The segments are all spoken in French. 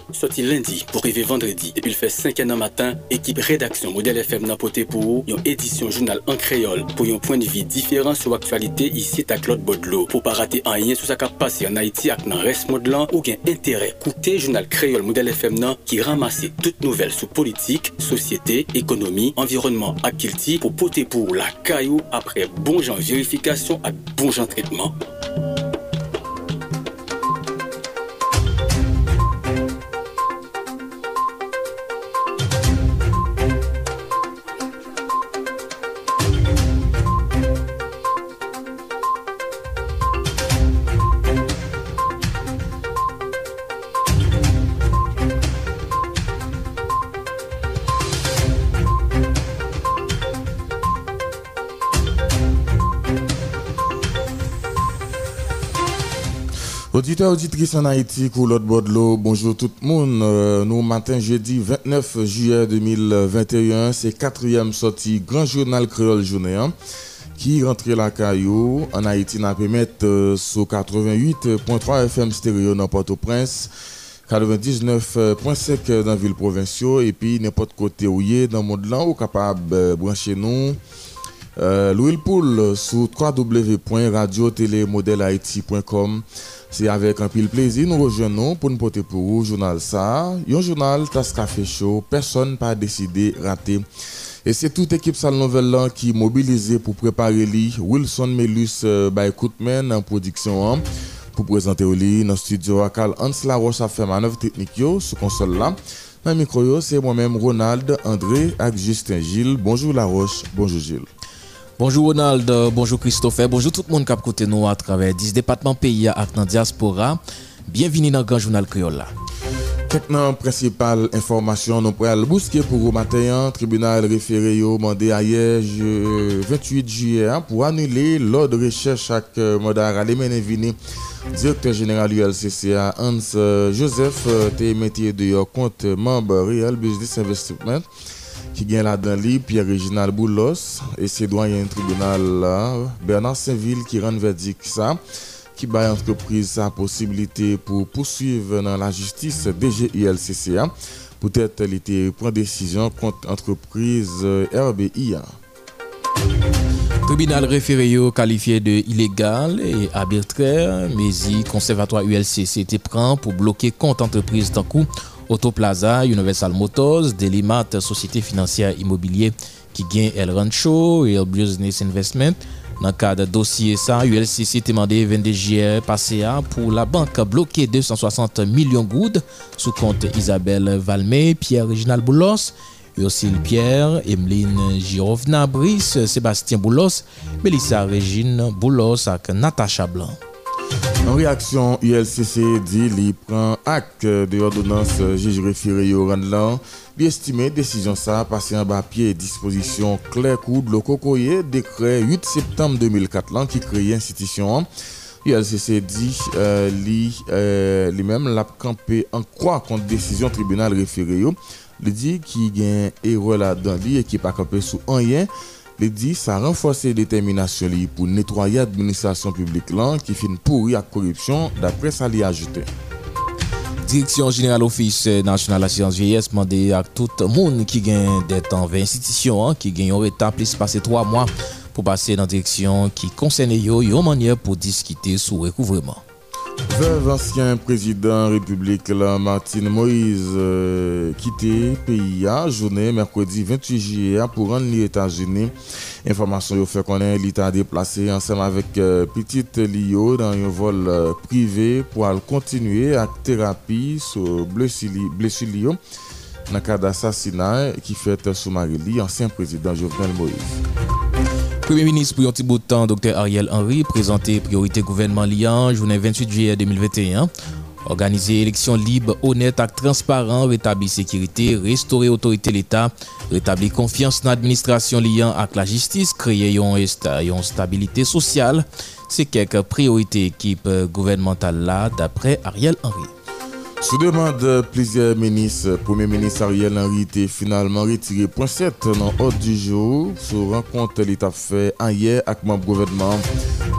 sorti lundi pour arriver vendredi. Depuis le fait 5 ans matin, équipe rédaction Modèle FM n'a poté pour une édition journal en créole pour un point de vue différent sur l'actualité ici à Claude Baudelot. Pour pas rater un lien sur ce qui a passé en Haïti avec le reste modelant ou gain intérêt. Écoutez journal créole Modèle FM qui ramasse toutes nouvelles sur politique, société, économie, environnement et culture pour poter pour la caillou après bon genre vérification et bon genre traitement. Auditeurs, auditrices en Haïti, Claude Baudelot, bonjour tout le monde. Nous, matin, jeudi 29 juillet 2021, c'est 4e sortie Grand Journal Créole Journée qui rentre la caillou en Haïti n'a pu mettre sur 88.3 FM stéréo dans Port-au-Prince, 99.5 dans ville provinciale et puis n'importe côté où y est dans le monde là, ou capable de brancher nous. Louis Poul sur www.radio-télé-modèle-haïti.com. C'est avec un pile plaisir nous rejoignons pour nous porter pour vous journal ça. Un journal Tasse Café Show, personne pas décidé rater. Et c'est toute équipe Salle Nouvelle là qui mobilisée pour préparer lui Wilson Melus by Koutman en production pour présenter lui dans studio à Carl Hans Laroche a fait manœuvre technique yo sur console là. Dans micro yo c'est moi-même Ronald André avec Justin Gilles. Bonjour Laroche, bonjour Gilles. Bonjour Ronald, bonjour Christopher, bonjour tout le monde qui a écouté nous à travers 10 départements pays et dans diaspora. Bienvenue dans le Grand Journal Créole. Quelques principales informations nous pourrons le bousquer pour le matin. Tribunal référé demandé hier 28 juillet pour annuler l'ordre de recherche avec Modar Alemenevini, directeur général ULCCA Hans Joseph, métier de compte membre Real Business Investment. Qui gagne là-dedans Pierre-Réginald Boulos et ses doyens tribunal Bernard Saint-Ville qui rend verdict ça qui baille entreprise sa possibilité pour poursuivre dans la justice DGILCCA peut-être il était prend décision contre entreprise RBIA. Tribunal référé qualifié de illégal et arbitraire, mais conservatoire ULCC était prend pour bloquer compte entreprise d'un coup Autoplaza, Universal Motors, Delimat, Société financière immobilier qui gagne El Rancho et El Business Investment. Dans le cadre de dossier ça, ULCC a demandé 22 juillet passé pour la banque bloquer 260 millions de gouttes sous compte Isabelle Valmé, Pierre-Réginald Boulos, Ursule Pierre, Emeline Girovna Brice, Sébastien Boulos, Mélissa Régine Boulos et Natacha Blanc. En réaction, ULCC dit qu'il prend acte de l'ordonnance juge référé au Randlan. Il estime décision ça passé en bas pied disposition claire coup de l'Okokoye, décret 8 septembre 2004 qui crée l'institution. ULCC dit lui-même l'a campé en croix contre décision tribunal référé. Il dit qu'il y a un erreur là-dedans et qui pas campé sous rien. Il dit ça renforce la détermination pour nettoyer l'administration publique là qui finit pourri à corruption d'après ça lui ajouté. Direction générale office national assurance vieillesse demande à tout le monde qui gagne des temps 20 institutions qui gagne un retard plus passer 3 mois pour passer dans direction qui concerne une manière pour discuter sur recouvrement. Veuve ancien président République Martine Moïse quitté pays à journée mercredi 28 juillet pour rendre les États-Unis. Information yo fait connaître l'État déplacé ensemble avec petite Lio dans un vol privé pour continuer à thérapie sur blessure Lio dans cas d'assassinat qui fait sous Marili ancien président Jovenel Moïse. Premier ministre pour un petit bout de temps, Dr Ariel Henry, présenté priorité gouvernement liant, journée 28 juillet 2021. Organiser élection libre, honnête et transparent, rétablir sécurité, restaurer autorité l'État, rétablir confiance dans l'administration liant avec la justice, créer une stabilité sociale. C'est quelques priorités équipe gouvernementale là, d'après Ariel Henry. Sous demande plusieurs ministres, Premier ministre Ariel Henry était finalement retiré point 7 dans l'ordre du jour. Sur rencontre l'État fait hier avec mon gouvernement.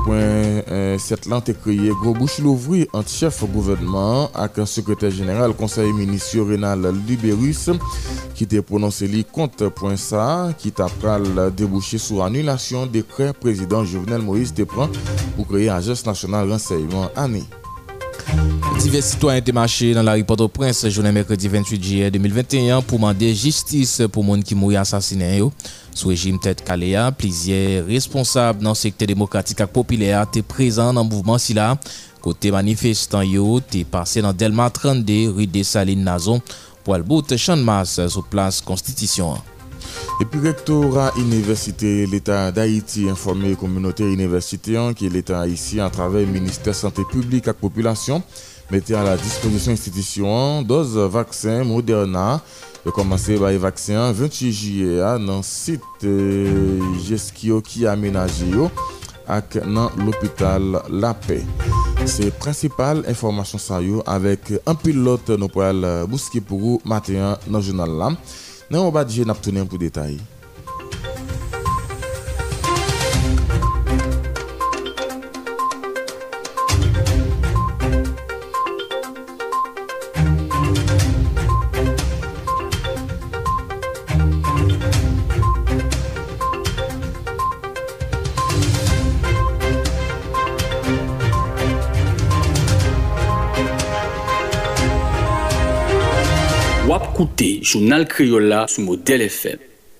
27 lan te créé gros bouche l'ouvri entre chef gouvernement avec secrétaire général conseil municipal Renal Libérus qui te prononcé li contre point ça qui t'a pral déboucher sur annulation décret président Jovenel Moïse te prend pour créer agence nationale renseignement année. Divers citoyens étaient marchés dans la rue Port-au-Prince journée mercredi 28 juillet 2021 pour demander justice pour les gens qui mourent assassinés. Sous régime tête Caléa, plusieurs responsables dans le secteur démocratique et populaire étaient présents dans le mouvement Sila. Côté manifestants, étaient passés dans Delma 32, rue des Salines Nazon, pour le bout de champ de masse sur place Constitution. Et puis, rectorat université l'État d'Haïti informé la communauté universitaire que l'État haïtien à travers le ministère santé publique et la population mettait à la disposition institution dose vaccin Moderna. Il a commencé par les vaccins 28 juillet dans le site Geskio qui a aménagé dans l'hôpital La Paix. C'est principale information ça avec un pilote nous pour bousquer pour vous matin dans le journal là. Nous on va dire n'a tourner pour détail. Wap Kouté, journal Criolla sous modèle FM.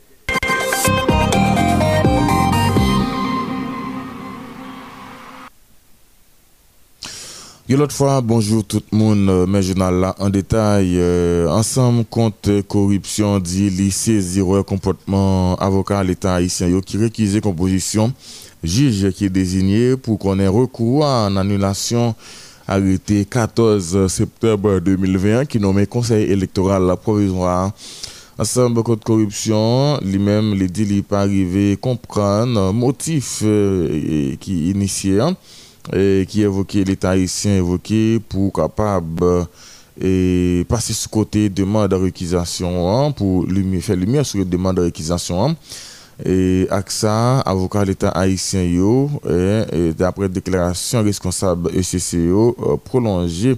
L'autre fois, bonjour tout le monde, mes journal là en détail. Ensemble contre corruption dit lycée zéro comportement avocat à l'État haïtien qui réquisait composition juge qui est désigné pour qu'on ait recours en annulation arrêté 14 septembre 2021 qui nommé conseil électoral provisoire. Ensemble contre corruption, lui-même les dit il pas arrivé comprendre motif qui initié et qui évoquait l'État haïtien évoqué pour capable et passer ce côté demande de réquisition pour faire lumière sur les demandes de réquisition. Et AXA, avocat de l'État haïtien, et d'après déclaration responsable ECCO, prolongé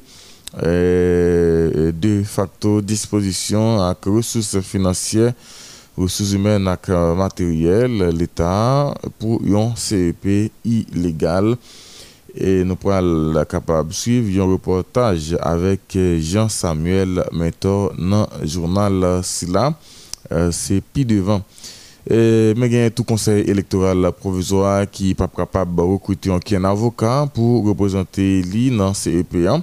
de facto disposition avec ressources financières, ressources humaines et matérielles, l'État pour un CEP illégal. Et nous pourrons être capable de suivre un reportage avec Jean-Samuel Mentor dans le journal Sila. C'est Pi devant. Mais il y a tout conseil électoral provisoire qui n'est pas capable de recruter un avocat pour représenter lui dans CEPA.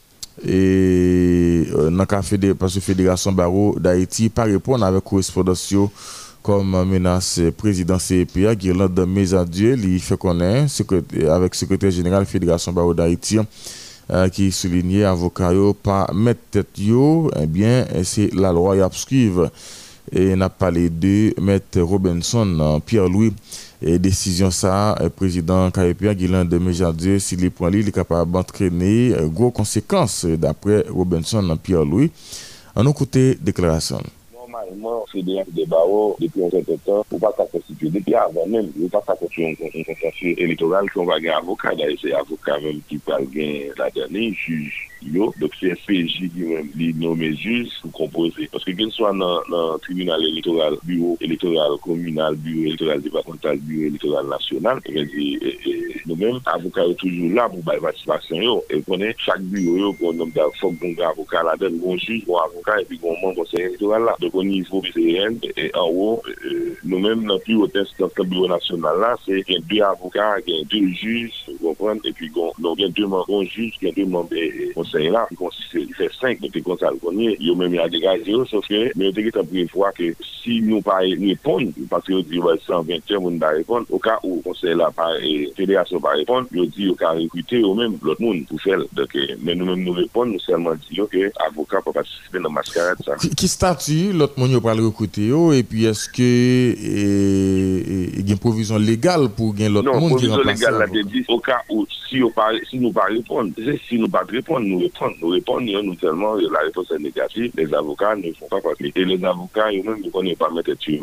Et dans le cas de la Fédération Barreau d'Haïti, pas répondre avec correspondance comme menace président CEPA, Guirlande Mesadieu, il fait connaître avec secrétaire général de la Fédération Barreau d'Haïti qui soulignait avocat pas mettre tête eh bien c'est la loi à suivre. Et n'a parlé de Maître Robinson Pierre-Louis et décision ça président KPA Guilain de Méjadieu s'il est point il est capable d'entraîner gros conséquences d'après Robinson Pierre-Louis en nos côtés déclaration. Normalement, fédéral des barreaux, depuis un certain temps, pour pas constituer, depuis avant même, il ne faut pas constituer un consensus électoral qu'on va gagner avocat, d'ailleurs c'est avocat même qui va gagner la dernière, juge. Donc c'est FPJ qui même les nommé juge pour composer. Parce que qu'il soit dans le tribunal électoral, bureau électoral communal, bureau électoral départemental, bureau électoral national, nous-mêmes, avocats sont toujours là pour la participation. Et qu'on est chaque bureau, qu'on nomme un avocat là-dedans, un juge, un avocat et puis un membre conseil électoral là. Donc au niveau PCN, et en haut, nous-mêmes, dans le plus haut instance du bureau national là, c'est qu'il y a deux avocats, il y a deux juges, vous comprenez, et puis il y a deux membres juges, il y a deux membres conseil là, il fait 5 depuis qu'on ça le connaît, il y a même à dégager, sauf que, mais on a prévoir que si nous pas répondre, parce que nous disons 120 heures, nous ne pas répondre, au cas où le conseil là, fédération pas répondre, nous dit au cas recruter au même l'autre monde pour faire. Donc, mais nous-mêmes nous répondons, nous seulement disons que l'avocat peut participer dans la mascarade. Ça. Qui statut l'autre monde va le recruter et puis est-ce que il y a une provision légale pour l'autre monde qui remplace? Non, provision légale là, dit au cas où si nous pas répondre, si nous pas répondre, nous Nous répondons, nous tellement, la réponse est négative, les avocats ne font pas partie. Et les avocats, eux-mêmes, ils ne connaissent pas mettre tête sur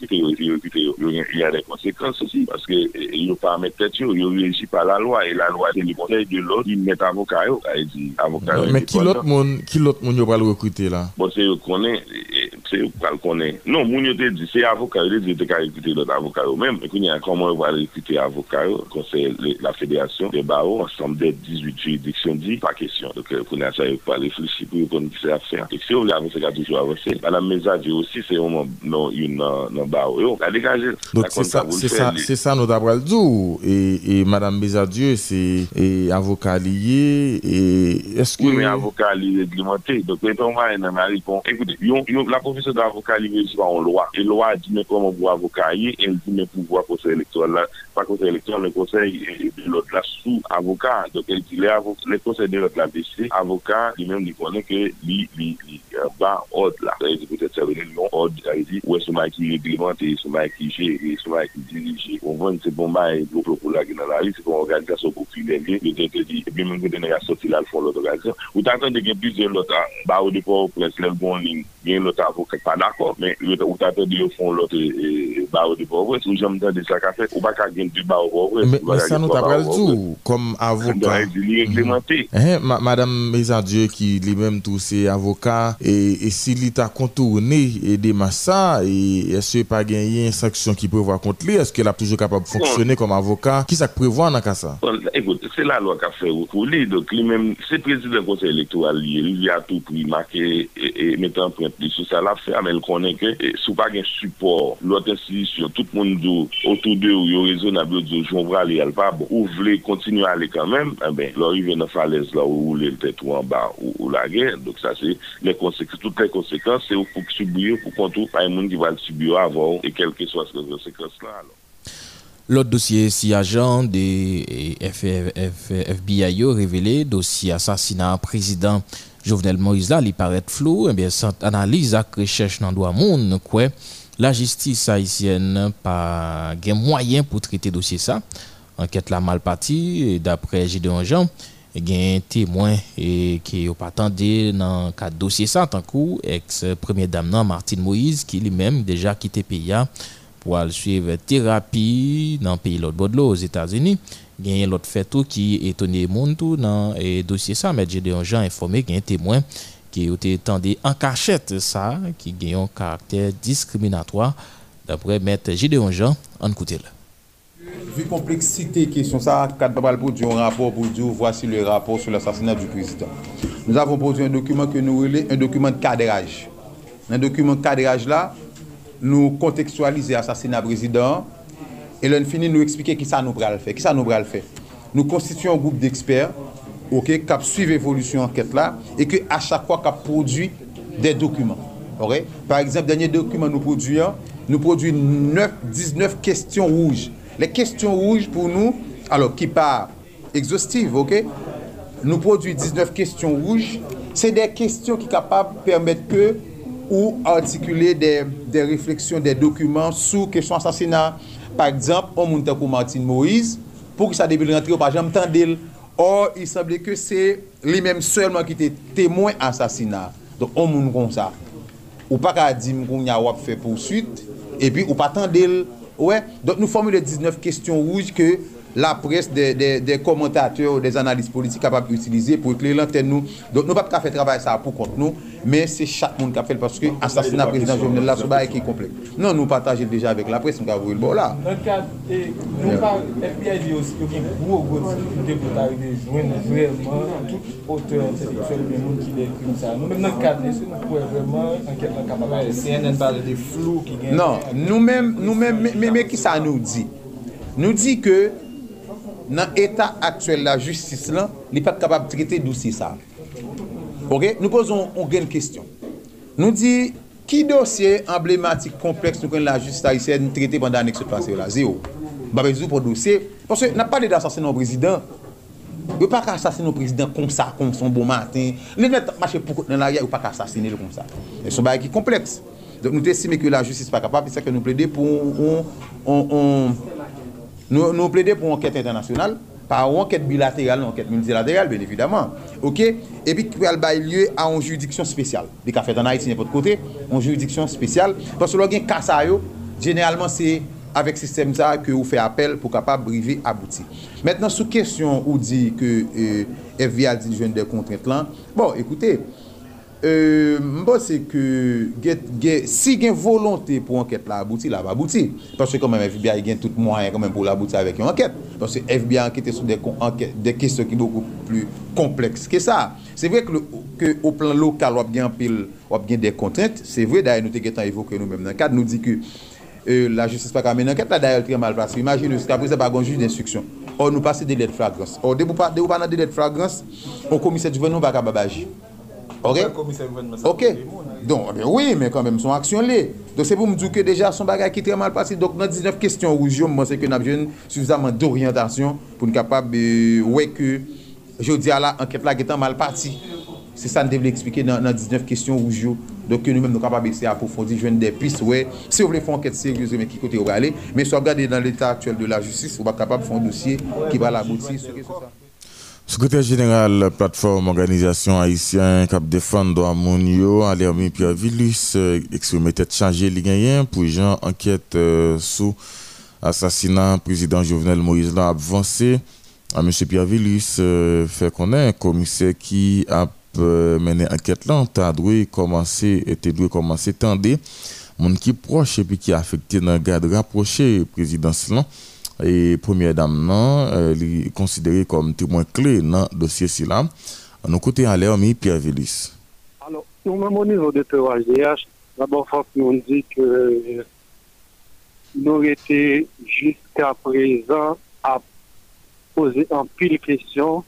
il y a des conséquences aussi, parce qu'ils ne pas mettre tête sur, ils ne réagissent pas la loi, et la loi, c'est le conseil de l'autre, ils mettent avocat, mais qui l'autre monde va le recruter là? Bon, c'est eux qu'on connaît. Non, moun yo te dit, c'est avocat, ils disent que recruter l'autre avocat eux-mêmes, mais qu'il y a comment on va recruter avocat, conseil la fédération des barreaux, ensemble des 18 juridictions dit, pas question. Donc, pour nous, ça, il faut réfléchir pour qu'on puisse faire. Et si on veut avancer, toujours avancer. Madame Mézadieu aussi, c'est une barreau. La dégager. Donc, c'est ça, nous avons dit. Et Madame Mézadieu, c'est avocat lié. Et est-ce que. Oui, mais avocat lié réglementé. Donc, on va écoutez, la profession d'avocat lié, c'est pas en loi. Et loi dit, mais comment vous avocat lié, elle dit, mais pouvoir conseil électoral là, pas conseil électoral, le conseil de l'autre là, sous avocat. Donc, elle dit, les conseils de l'autre là, avocat, lui-même, il connaît que bas ordre là. Il dit, peut-être, ça veut dire, ordre, il dit, ouais, c'est moi qui réglementé, c'est moi qui gère, c'est moi qui dirige. On voit, c'est bon, pour la dans la rue, c'est une organisation populaire, il dit, et puis, même quand on est sorti là, le fond de l'autre organisation, ou t'attends qu'il y ait plusieurs autres, au départ, presque, le bon ligne, il y a l'autre avocat, pas d'accord, mais ou t'attends qu'il font l'autre, au départ, ouais, si j'aime de ça qu'a fait, ou pas qu'à gagner du ouais. Mais ça nous t'a pas le tout, comme avocat. Madame Mézadieu qui lui-même tous ses avocats et s'il est contourné et des massas et est-ce qu'il pas gagné une sanction qui peut voir contre lui, est-ce qu'il est toujours capable de fonctionner comme avocat, qui ça prévoit dans ça? Écoute, c'est la loi qu'a fait pour lui, donc lui-même c'est président du conseil électoral, il a tout pris marqué et mettant en point sur ça l'a fait, mais il connaît que sous pas un support l'autre institution, tout le monde autour d'eux ou yo raisonnable de Jean Bral et pas bon, ou voulez continuer à aller quand même, ben l'arrivée dans falaise là où le tête ou en bas ou la guerre, donc ça c'est les conséquences, toutes les conséquences c'est pour subir pour contour pas un monde qui va le subir avant et quelles que soient ces conséquences là alors. L'autre dossier, si agent des FBI révélé, dossier assassinat président Jovenel Moïse là, il paraît flou, et bien cette analyse à recherche dans droit monde quoi, la justice haïtienne pas gain moyen pour traiter dossier ça. Enquête la mal partie d'après Gideon Jean, gain témoin et qui n'a pas attendu dans cadre dossier ça tant coup ex première dame Martine Moïse qui lui-même déjà quitté pays pour aller suivre thérapie dans le pays l'autre Bodlo aux États-Unis. Il y a l'autre fait tout qui étonné monde tout dans le dossier ça, mais j'ai des gens informés qu'il y a un témoin qui a été tendu en cachette ça, qui a un caractère discriminatoire d'après maître Gideon Jean. En écoutez le. Vu complexité question ça, cadre produit un rapport pour dire voici le rapport sur l'assassinat du président. Nous avons produit un document que nous relais un document de cadrage. Dans le document de cadrage là, nous contextualiser l'assassinat président et là fini nous expliquer qui ça nous va le faire. Qui ça nous va le faire. Nous constituons un groupe d'experts OK qui suivent l'évolution enquête là et que à chaque fois qu'a produit des documents. OK? Par exemple, dernier document nous produisons 19 questions rouges. Les questions rouges pour nous alors qui pas exhaustives, OK? Nous produisons 19 questions rouges, c'est des questions qui sont capables de permettre que ou articuler des réflexions, des documents sur question assassinat. Par exemple, on monte pour Martine Moïse, pour que ça débute rentrer, par exemple, tendel. Or, il semblait que c'est lui-même seulement qui était témoin assassinat. Donc, on monte comme ça. Ou pas qu'à dire qu'on y a fait poursuite, et puis, ou pas tendel. Ouais. Donc, nous formulons 19 questions rouges que la presse, des commentateurs, des analystes politiques capables d'utiliser pour éclairer l'antenne nous. Donc, nous ne pouvons pas faire travail ça pour contre nous, mais c'est chaque monde qui a fait parce que l'assassinat du président Jovenel là, c'est qui est complet. Non, nous partageons déjà avec la presse, nous avons vu le bon là. Dans le cadre, nous parlons, FBI dit aussi qu'il y a une grosse difficulté pour arriver à joindre vraiment tout auteur intellectuel du monde qui décrit ça. Nous-mêmes, dans le cadre, nous pouvons vraiment enquêter dans le cadre. CNN parle de flou qui gagne. Non, nous-mêmes, mais qui ça nous dit? Nous dit que dans l'état actuel de la justice, là, il n'est pas capable de traiter dossier ça. Ok? Nous posons une question. Nous disons, qui dossier emblématique complexe nous la justice haïtienne traité pendant l'année qui se passe là? Zéro. Bah, pour dossier. Parce que n'a pas d'assassinat au président. Il ne pas assassiner le président comme ça, comme son bon matin. Il ne pas marcher pour dans l'arrière, il ne pas assassiner comme ça. C'est un bail qui est complexe. Donc nous estimons que la justice n'est pas capable, c'est ça que nous plaidons pour nous plaidons pour une enquête internationale, pas une enquête bilatérale, une enquête multilatérale, bien évidemment. OK? Et puis qui va bailler lieu à une juridiction spéciale. Des cas fait en Haïti n'importe côté, une juridiction spéciale parce que le gain cas ça yo, généralement c'est avec ce système ça que vous fait appel pour capable briver aboutir. Maintenant sous question ou dit que FBI a dit jeune des contraintes là. Bon, écoutez, moi c'est que si il y a volonté pour enquête là aboutir là va aboutir parce que quand même FBI a tout moyen quand même pour l'aboutir avec une enquête parce que FBI a enquêté sur des questions qui sont beaucoup plus complexes que ça. C'est vrai que au plan local on a bien des contraintes, c'est vrai d'ailleurs nous t'ai évoqué nous même dans le cadre nous dit que la justice pas mener enquête là d'ailleurs très mal passé. Imaginez jusqu'à présent pas un juge d'instruction. Or nous passer délai de flagrance. Or dès pas dans délai de flagrance, au commissaire du gouvernement pas capable d'agir. OK. OK. Donc oui, mais quand même son action là. Donc c'est pour me dire que déjà son bagage qui très mal passé. Donc dans 19 questions rouges, je pense que nous avons suffisamment d'orientation pour nous capable ouais que je dis à la enquête là qui est mal parti. C'est ça nous devons expliquer dans 19 questions rouges. Donc nous même nous capables d'essayer approfondir joindre des pistes ouais si vous voulez faire enquête sérieuse mais qui côté on va aller mais si vous regardez dans l'état actuel de la justice, on va capable de faire un dossier qui va l'aboutir sur ça. Secrétaire général plateforme organisation haïtien cap défendre droit monio Alermi Pierre Villus exprimé tête chargée li gagnant pour gens enquête sous assassinat président Jovenel Moïse là avancé à monsieur Pierre Villus fait connaître commissaire qui a mené enquête là était dû commencer tendre monde qui proche et puis qui affecté dans garde rapproché présidence là. Et première dame non est considérée comme témoin clé dans le dossier là. À nos côtés à Alermi Pierre Villus. Alors, nous-mêmes au niveau de TOHDH, d'abord il faut que nous disions que nous étions jusqu'à présent à poser un pile de questions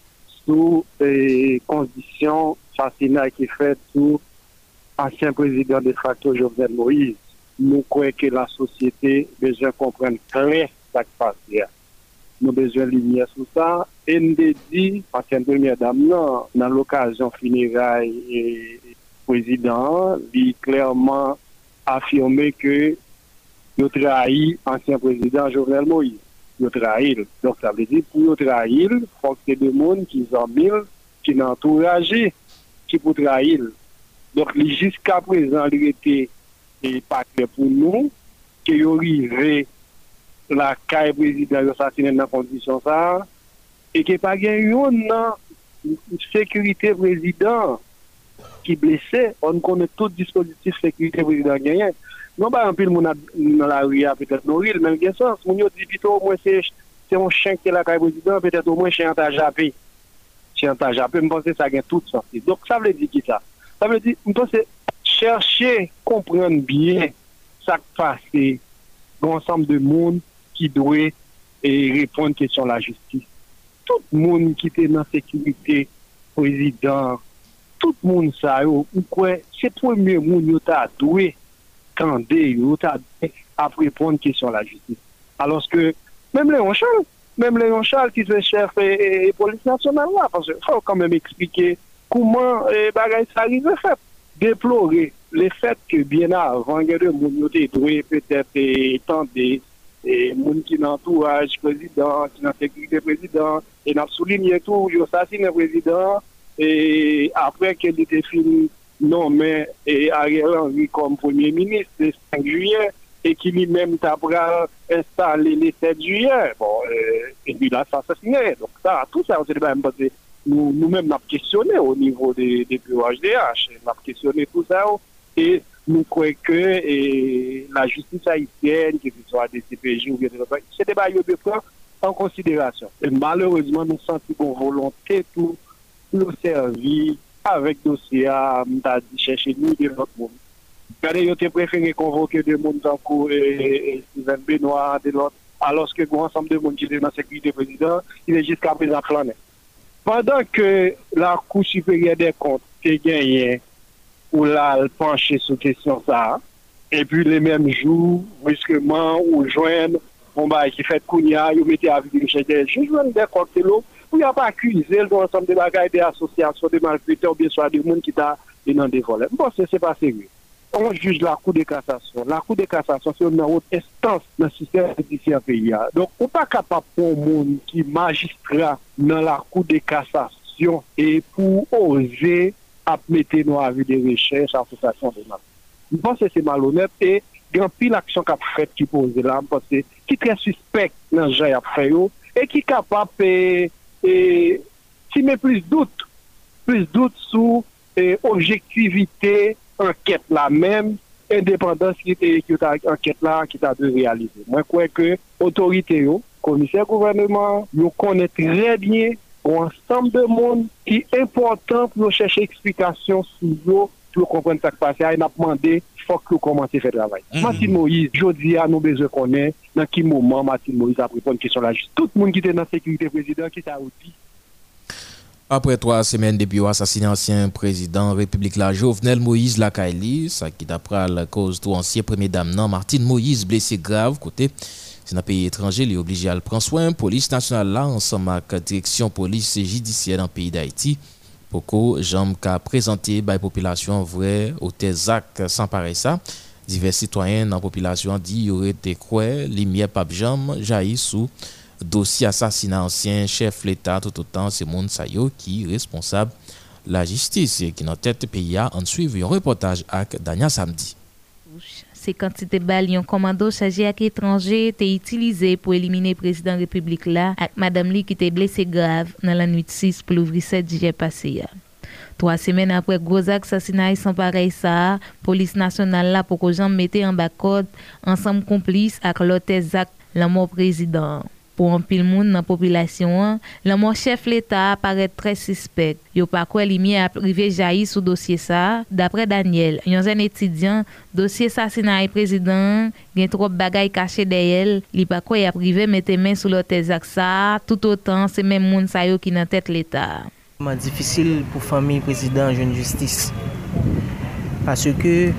sur les conditions assassinat qui fait sur ancien président de facto Jovenel Moïse. Nous croyons que la société besoin comprendre clair ça qui passe. Nous avons besoin de lumière sur ça. Et nous avons dit, parce que la première dame, dans l'occasion funérailles et président, il a clairement affirmé que il a trahi l'ancien président Jovenel Moïse. Il a trahi. Donc ça veut dire pour trahir, il faut que des gens qui sont mille, qui n'ont entouragé, qui pour trahir. Donc jusqu'à présent, il était pas clair pour nous, qu'il arrive la caille président assassiné dans condition ça et que pas une sécurité président qui blessé on connaît tout dispositif sécurité président gagné non pas un pile mon dans la rue peut-être nourrir même bien sens mon dit plutôt au moins c'est un chien qui est la caille président peut-être au moins chien ta jappé me penser ça gagne tout sens donc ça veut dire qui ça veut dire on pense chercher comprendre bien ça qui passe ensemble de monde qui doit répondre à question de la justice. Tout le monde qui était dans la sécurité, président, tout le monde, ça, c'est le premier monde qui a doué, candé, à répondre à question de la justice. Alors que même Léon Charles, qui est chef de police nationale, là, parce qu'il faut quand même expliquer comment ça arrive à faire. Déplorer le fait que bien avant, il y a des gens qui doué peut-être tendre et moun qui n'entourage président, qui n'a sécurité président, et n'a souligné tout, il assassiné le président, et après qu'il était fini nommé Ariel Henry comme premier ministre le 5 juillet, et qui lui-même t'a installé le 7 juillet, bon, et puis là, ça assassiné. Donc ça, tout ça, on s'est même passé. Nous-mêmes, nous avons questionné au niveau des POHDH, nous avons questionné tout ça, et nous croyons que la justice haïtienne, que ce soit des CPJ ou bien des autres, c'est des bails de prendre en considération. Et malheureusement, nous sentons une volonté pour nous servir avec dossier à chercher nous de notre monde. Regardez, ils ont préféré convoquer des gens en cours et Steven Benoît, de l'autre, alors que l'ensemble de monde qui est dans la sécurité président, il est jusqu'à présent plané. Pendant que la Cour supérieure des comptes est gagnée, ou là, pencher sur question ça, et puis les mêmes jours, brusquement, ou joindre, on va qui fait Kounia, ou mettez avec des juges, des cocktails, où il n'y a pas accusé l'ensemble des bagages des associations, des malfaiteurs, ou bien soit des gens qui sont dans des volets. Bon, c'est pas sérieux. On juge la Cour de cassation. La Cour de cassation, c'est une haute instance dans le système judiciaire pays. Donc, on n'est pas capable pour un monde qui est magistrat dans la Cour de cassation décision et pour oser à mettre nos avis de recherche en situation de mal. Je pense que c'est malhonnête et grand pile l'action qu'a fait qui pose là parce que qui très suspect dans j'ai a fait et qui capable et qui met plus doute sur objectivité enquête là même indépendance qui enquête là qui t'a de réaliser. Moi crois que autorité commissaire gouvernement nous connaît très bien un ensemble de monde qui est important pour chercher explication sur eux pour comprendre ce qui passe. Il a demandé faut que nous commencions à faire le travail. Martine Moïse, aujourd'hui, nous besoin de connaître dans quel moment Martine Moïse a répondu à une question là. Tout le monde qui était dans la sécurité président qui t'a dit. Après 3 semaines depuis l'assassinat de l'ancien président République la Jovenel Moïse Lakaili, ça qui d'après la cause tout ancien premier dame non Martine Moïse blessé grave côté c'est un pays étranger, il est obligé à le prendre soin. Police nationale là ensemble avec la direction police judiciaire dans le pays d'Haïti pour que j'aime qu'à présenter la population vrai au actes sans pareil ça. Divers citoyens dans la population dit y aurait été quoi lumière pape jam jaillit sous dossier assassinat ancien chef l'État tout autant c'est monde sayo qui responsable la justice qui dans tête pays a en suivre un reportage avec Dania samedi. Ces quantités de balles yon commando chargé à étranger étaient utilisées pour éliminer le président de la République là avec madame Li qui était blessée grave dans la nuit 6 pour l'ouvrir 7 juillet passé. 3 semaines après gros assassinat sans pareil ça, police nationale là pour que gens mettent en bas code ensemble complices avec l'autre acte la mort président. Pour un pile monde dans la population, le mort chef l'État paraît très suspect. Yo pas quoi lumière a privé jailli sous dossier ça. D'après Daniel, un jeune étudiant, dossier assassinat président, gen trop bagay caché derrière, li pas quoi a privé mettre main sur l'autre ça, tout autant c'est même monde ça yo qui dans tête l'État. C'est difficile pour famille président jeune justice. Parce que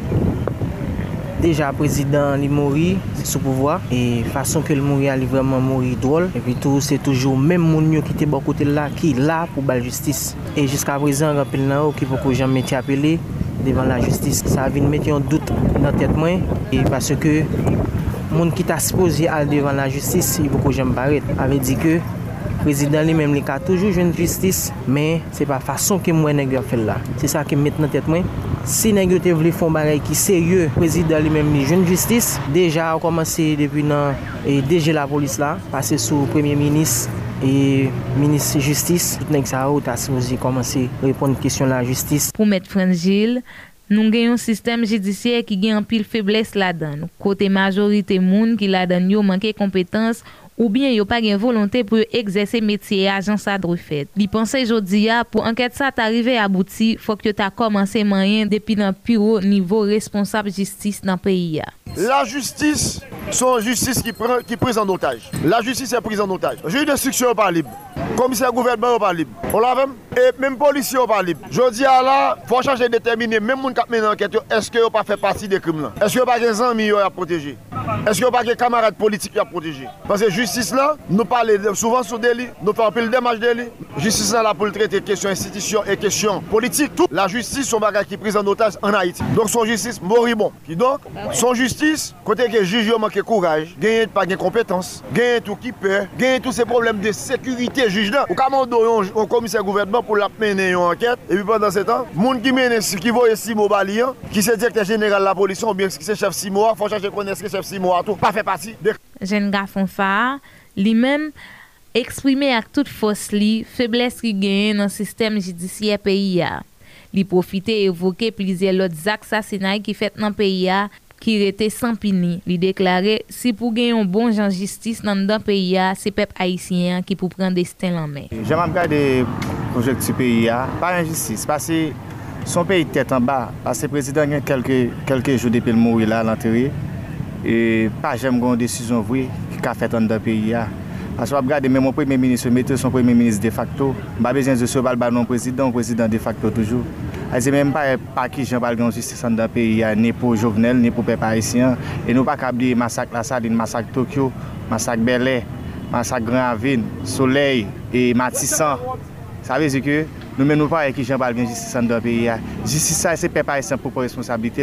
déjà président il mourit sous pouvoir et façon que le mourir il vraiment mourir drôle et puis tout c'est toujours même moun qui était bon côté là qui là pour la justice et jusqu'à présent rappel là qui beaucoup jamais été appelé devant la justice ça vient mettre un doute dans tête moi et parce que moun qui t'a supposé aller devant la justice il beaucoup jamais paraître avait dit que président lui-même il a toujours une justice mais c'est pas façon que moi nèg fait là c'est ça qui met dans tête moi si nèg te voulait faire bagay qui sérieux président lui-même il jeune justice déjà a commencé depuis dans et DG la police là passer sous premier ministre et ministre justice tout nèg ça a supposé commencer répondre question la justice pour mettre Frangil nous avons un système judiciaire qui a en pile faiblesse là-dedans côté majorité moun qui là-dedans yo manqué compétence ou bien yo pas gen volonté pour exercer métier agent ça doit fait. Li pense jodi a pour enquête ça t'arriver abouti, faut que tu as commencé moyen depuis dans plus haut niveau responsable justice dans pays a. La justice, son justice qui prise en otage. La justice est prise en otage. Juge d'instruction pas libre. Commissaire gouvernement pas libre. On l'a même et même policier pas libre. Jodi a là, faut changer déterminer même moun qui mène enquête, est-ce que yo pas fait partie des crimes là? Est-ce que yo pas des amis à protéger? Est-ce que yo pas des camarades politiques à protéger? Parce que justice là, nous parlons souvent sur délit, nous faisons un peu le démarche délit. Justice là pour traiter questions institutions et questions politiques. Tout la justice son bagage qui prise en otage en Haïti. Donc son justice moribond. Qui donc son justice côté que juge yo manque courage, gagne pas de compétences, gagne tout qui peur, gagne tous ces problèmes de sécurité juge là. Ou commande un commissaire gouvernement pour la mener une enquête et puis pendant ce temps, monde qui mène qui voit Simo Balian, qui c'est directeur général de la police ou bien qui c'est chef Simo, faut chercher connaître chef Simo tout, pas fait partie de jeune garçon phare lui-même exprimer avec toute force li faiblesse qui gagne dans le système judiciaire pays a. Li profiter évoquer plusieurs autres assassinats qui fait dans pays a qui était sans pini. Li déclarer si pour gagner un bon genre justice dans le pays a, c'est peuple haïtien qui pour prendre destin en main. J'aime regarder projectif pays a, pas injustice parce que son pays tête en bas parce que le président a quelques jours depuis le mourir là l'enterré et pas j'aime une décision vraie qui a fait dans le pays a. Parce que regarder même mon premier ministre mettre son premier ministre de facto, pas besoin de se balbal non président de facto toujours. C'est même pas qui Jean Balgon justice dans le pays ni pour Jovenel ni pour peuple haïtien et nous pas oublier massacre La Saline, massacre Tokyo, massacre Bel Air, massacre Grand Avine, Soleil et Matissan. Ça veut dire que nous menons pas avec Jean Balgon justice dans le pays. Justice ça c'est peuple haïtien pour responsabilité.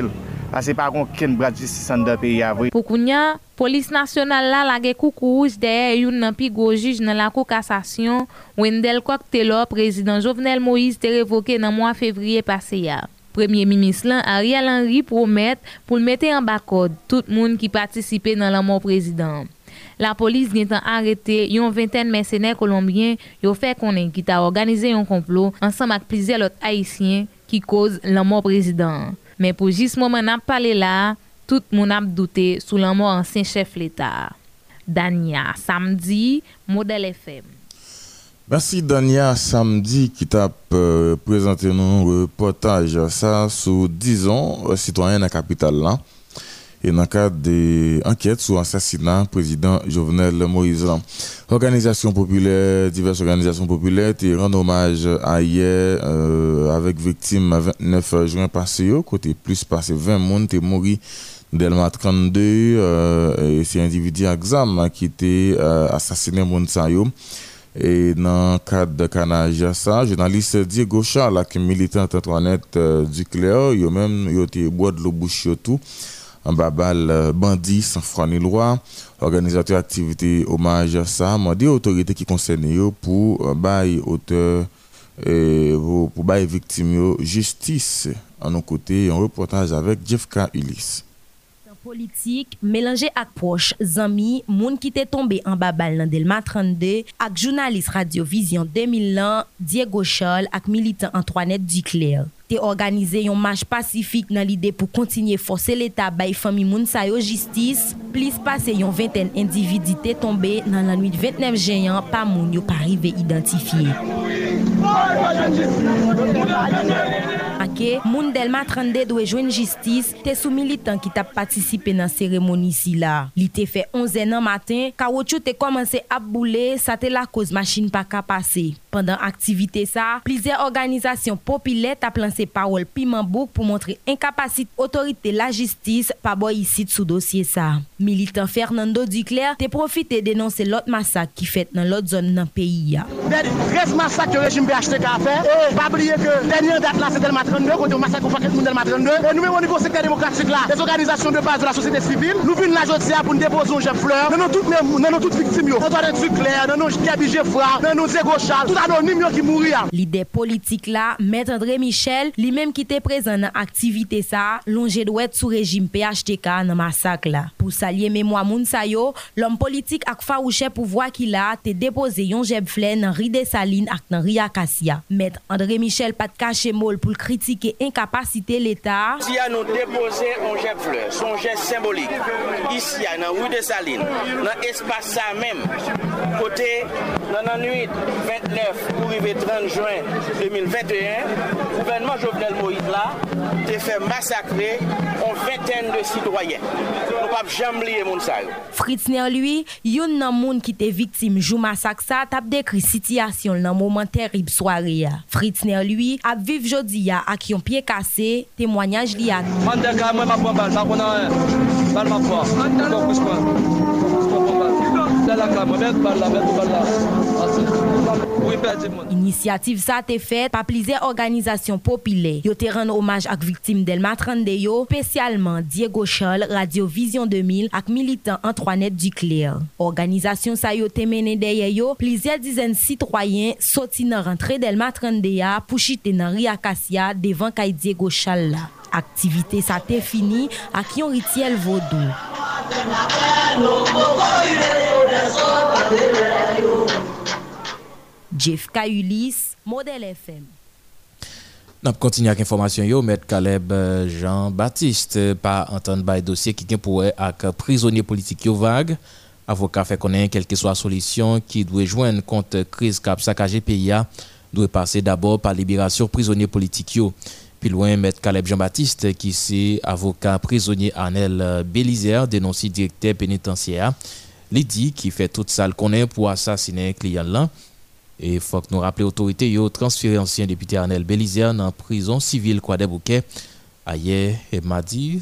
Parce que par contre, aucun bras de justice dans le pays. Pour Kounia, police nationale là la coucou derrière une pi gros juge dans la cour cassation Wendell Taylor président Jovenel Moïse te révoqué dans mois février passé ya. Premier ministre Ariel Henry promet pour mettre en bas code tout monde qui participait dans la mort président. La police a arrêté une vingtaine de mercenaires colombiens et fait connaître qui a organisé un complot ensemble avec plusieurs autres haïtiens qui causent la mort président. Mais pour juste moment n'a parlé là, tout le monde a douté sur la mort ancien chef l'État. Dania samedi, Modèle FM. Merci Dania samedi qui t'a présenté un reportage ça sur 10 ans citoyens dans la capitale là. Et dans le cadre des enquêtes sur l'assassinat du président Jovenel Moïse. Diverses organisations populaires te rendent hommage à hier avec victime 29 juin passé, côté plus passé 20 monde te mouri Delma 32 et c'est individu exam qui était assassiné monde ça yo. Et dans le cadre de Canage, ça, journaliste Diego Charles, qui est militant Antoinette Duclerc, yo même yo te bois de l'eau bouche tout. En babal bandit sans foi ni loi, organisateur activité hommage à ça, m'a dit autorités qui concernent pour bail auteur pour bail victime justice en nos côtés un reportage avec Jeffka Ulysse. Politique mélangé ak proche zami moun qui t'est tombé en babal dans Delma 32 ak journaliste Radio Vision 2000 ans Diego Charles ak militant Antoinette Duclerc. T'es organisé une marche pacifique dans l'idée pour continuer forcer l'état bay famille moun sa yo justice plus passer une vingtaine d'individus t'es tombé dans la nuit 29 juin pas moun yo pas arrivé identifié. Ok, moun Delma 32 doit joindre justice, t'es sous militant qui t'a participé dans cérémonie ici là. Li t'es fait 11h dans matin, caoutchouc t'es commencé à bouler, ça t'est la cause machine pas ka passer. Pendant activité ça, plusieurs organisations populaires t'a lancé parole piment bouc pour montrer incapacité autorité la justice pas boy ici sous dossier ça. Militant Fernando Duclerc t'es profité dénoncer l'autre massacre qui fait dans l'autre zone dans pays ya. 13 massacres que le régime PHTK a fait, pas oublier que dernière date là c'est Delma 32 côté massacre au paquet Delma 32 et nous même au niveau secteur démocratique là, les organisations de base de la société civile, nous venons la journée pour nous déposer un chef fleur, nous toutes victimes yo. Antoine Duclerc, nous Gabi Geoffroy, nous Diego Charles, tout anonyme qui mourir. L'idée politique là, Maître André Michel, lui-même qui était présent dans activité ça, longé doit être sous régime PHTK dans massacre là. Pour saluer mémoire moun sa yo, l'homme politique ak farouche pouvoir qu'il a te déposé un jeb fleur dans Ride Saline ak dans Ria Cassia. Maître André Michel pas de cacher mol pour critiquer incapacité l'État. Si nous déposé un jet fleur, son geste symbolique ici dans Rue de Saline, dans l'espace ça même, côté dans la nuit 29 pour arriver 30 juin 2021, le gouvernement Jovenel Moïse là, a fait massacrer une vingtaine de citoyens. Nous ne pouvons jamais oublier mon ça. Fritzner lui, yon nan moun qui était victime jou massacre ça, t'a décrit situation dans moment terrible soirée. Fritzner lui, a vivre jodi a ak yon pied cassé, témoignage li a. Mandeka moi m'a prend balle, ça qu'on a balle m'a prend. Initiative ça t'est faite par plusieurs organisations populaires. Yo te rend hommage ak victime Delma 32 yo, spécialement Diego Charles, Radio Vision 2000 ak militant Antoinette Duclerc. Organisation ça yo te mené derrière yo, plusieurs dizaines citoyens sorti dans rentrée Delma 32 ya pour chiter dans Ria Cassia devant kay Diego Charles là. Activité ça t'est fini ak yon rituel vaudou. Jeffka Ulysse, Modèle FM. Nous continuons avec l'information. Maître Caleb Jean-Baptiste par entendre par dossier qui est pour avec prisonnier politique vague. Avocat fait connaître quelle que soit la solution qui doit joindre contre crise cap saccagé pays doit passer d'abord par libération prisonniers politiques. Puis loin, Maître Caleb Jean-Baptiste, qui c'est avocat prisonnier Arnel Bélizer, dénoncé directeur pénitentiaire, il dit qu'il fait toute ça qu'on est pour assassiner un client là. Et il faut que nous rappelions l'autorité, il a transféré ancien député Arnel Bélizer dans la prison civile Croix des Bouquets. Hier, mardi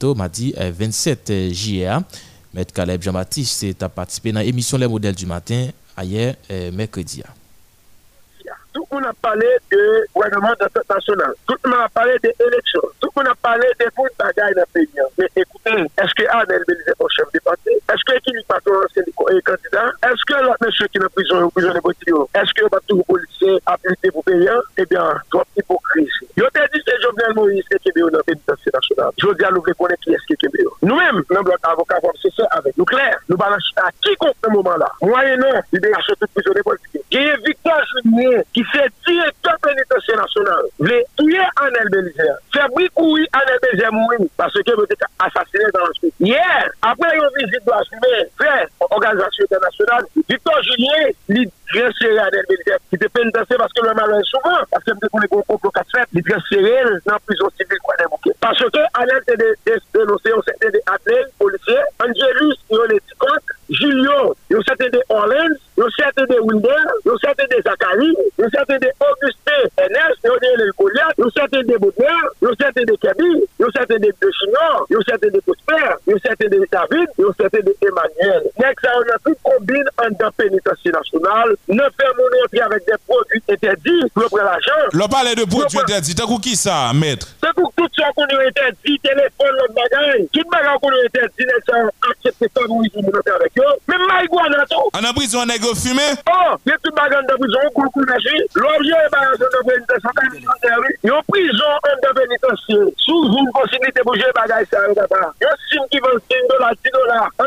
27 juillet, Maître Caleb Jean-Baptiste a participé dans l'émission Les Modèles du matin, hier, mercredi. Tout le monde a parlé de gouvernement d'entente nationale. Tout le monde a parlé des élections. Tout le qu'on a parlé des bouts de bagaille dans le pays. Mais écoutez, est-ce que Arnel Belize est ton chef de parti? Est-ce que Équilibre pas ton ancien candidat? Est-ce que l'autre monsieur qui est en prison de Botillon, est-ce que pas tout policier a pu pour payer? Eh bien, trop hypocrisie. Je t'ai dit que Jovenel Moïse est Kébéo dans le pénitentiaire national. Je dis à nous connaître qui est-ce qui est Kébéo. Nous-mêmes, même notre avocat, c'est ça avec nous clair. Nous balançons à quiconque ce moment-là. Moyennant libération de prisonniers politiques. Il y a Victor Julien qui fait directeur pénitentiaire national. Voulait tuer Arnel Belize. Faire bricouiller Arnel Belize mourir parce que vous êtes assassiné dans la suite. Hier, après une visite de la semaine, frère, organisation internationale, Victor Julien, lui transféré Arnel Belize qui était pénitentiaire parce que le malheur est souvent, parce que vous avez un complot 4 fait, il transféré dans la prison civile quoi des bouquets. Parce que Arnel était dénoncé, on s'était des athlètes, policiers, Angelus, il y a les Ticot, Julio, il y a des Orleans, il y a des Wilder, il y a des Zachary, il y a des Augustin, Ernest, il y a des Goliath, il y a des Baudelaire, il y a des Kaby, il y a des Chinois, il y a des Prosper, il y a des David, il y a des Emmanuel. Next, on a tout combine en dans pénitentiaire national, ne fait mon entrer avec des produits interdits pour prendre l'argent. L'on parle de produits interdits, t'as qui ça, maître? C'est pour tout ça qu'on a interdit, téléphone, l'autre bagaille. Tout le bagage qu'on a interdit, les gens acceptent ça, nous, ils vont monter avec eux. Mais Maïgouana, tout. En prison, on a fumé? Oh, les tout bagages de prison, on coupe l'agir. L'objet est bagage de pénitentiaire. Il y a prison en pénitentiaire. Sous une possibilité pour jouer bagage, ça, il y a un signe qui vend $5, $10. En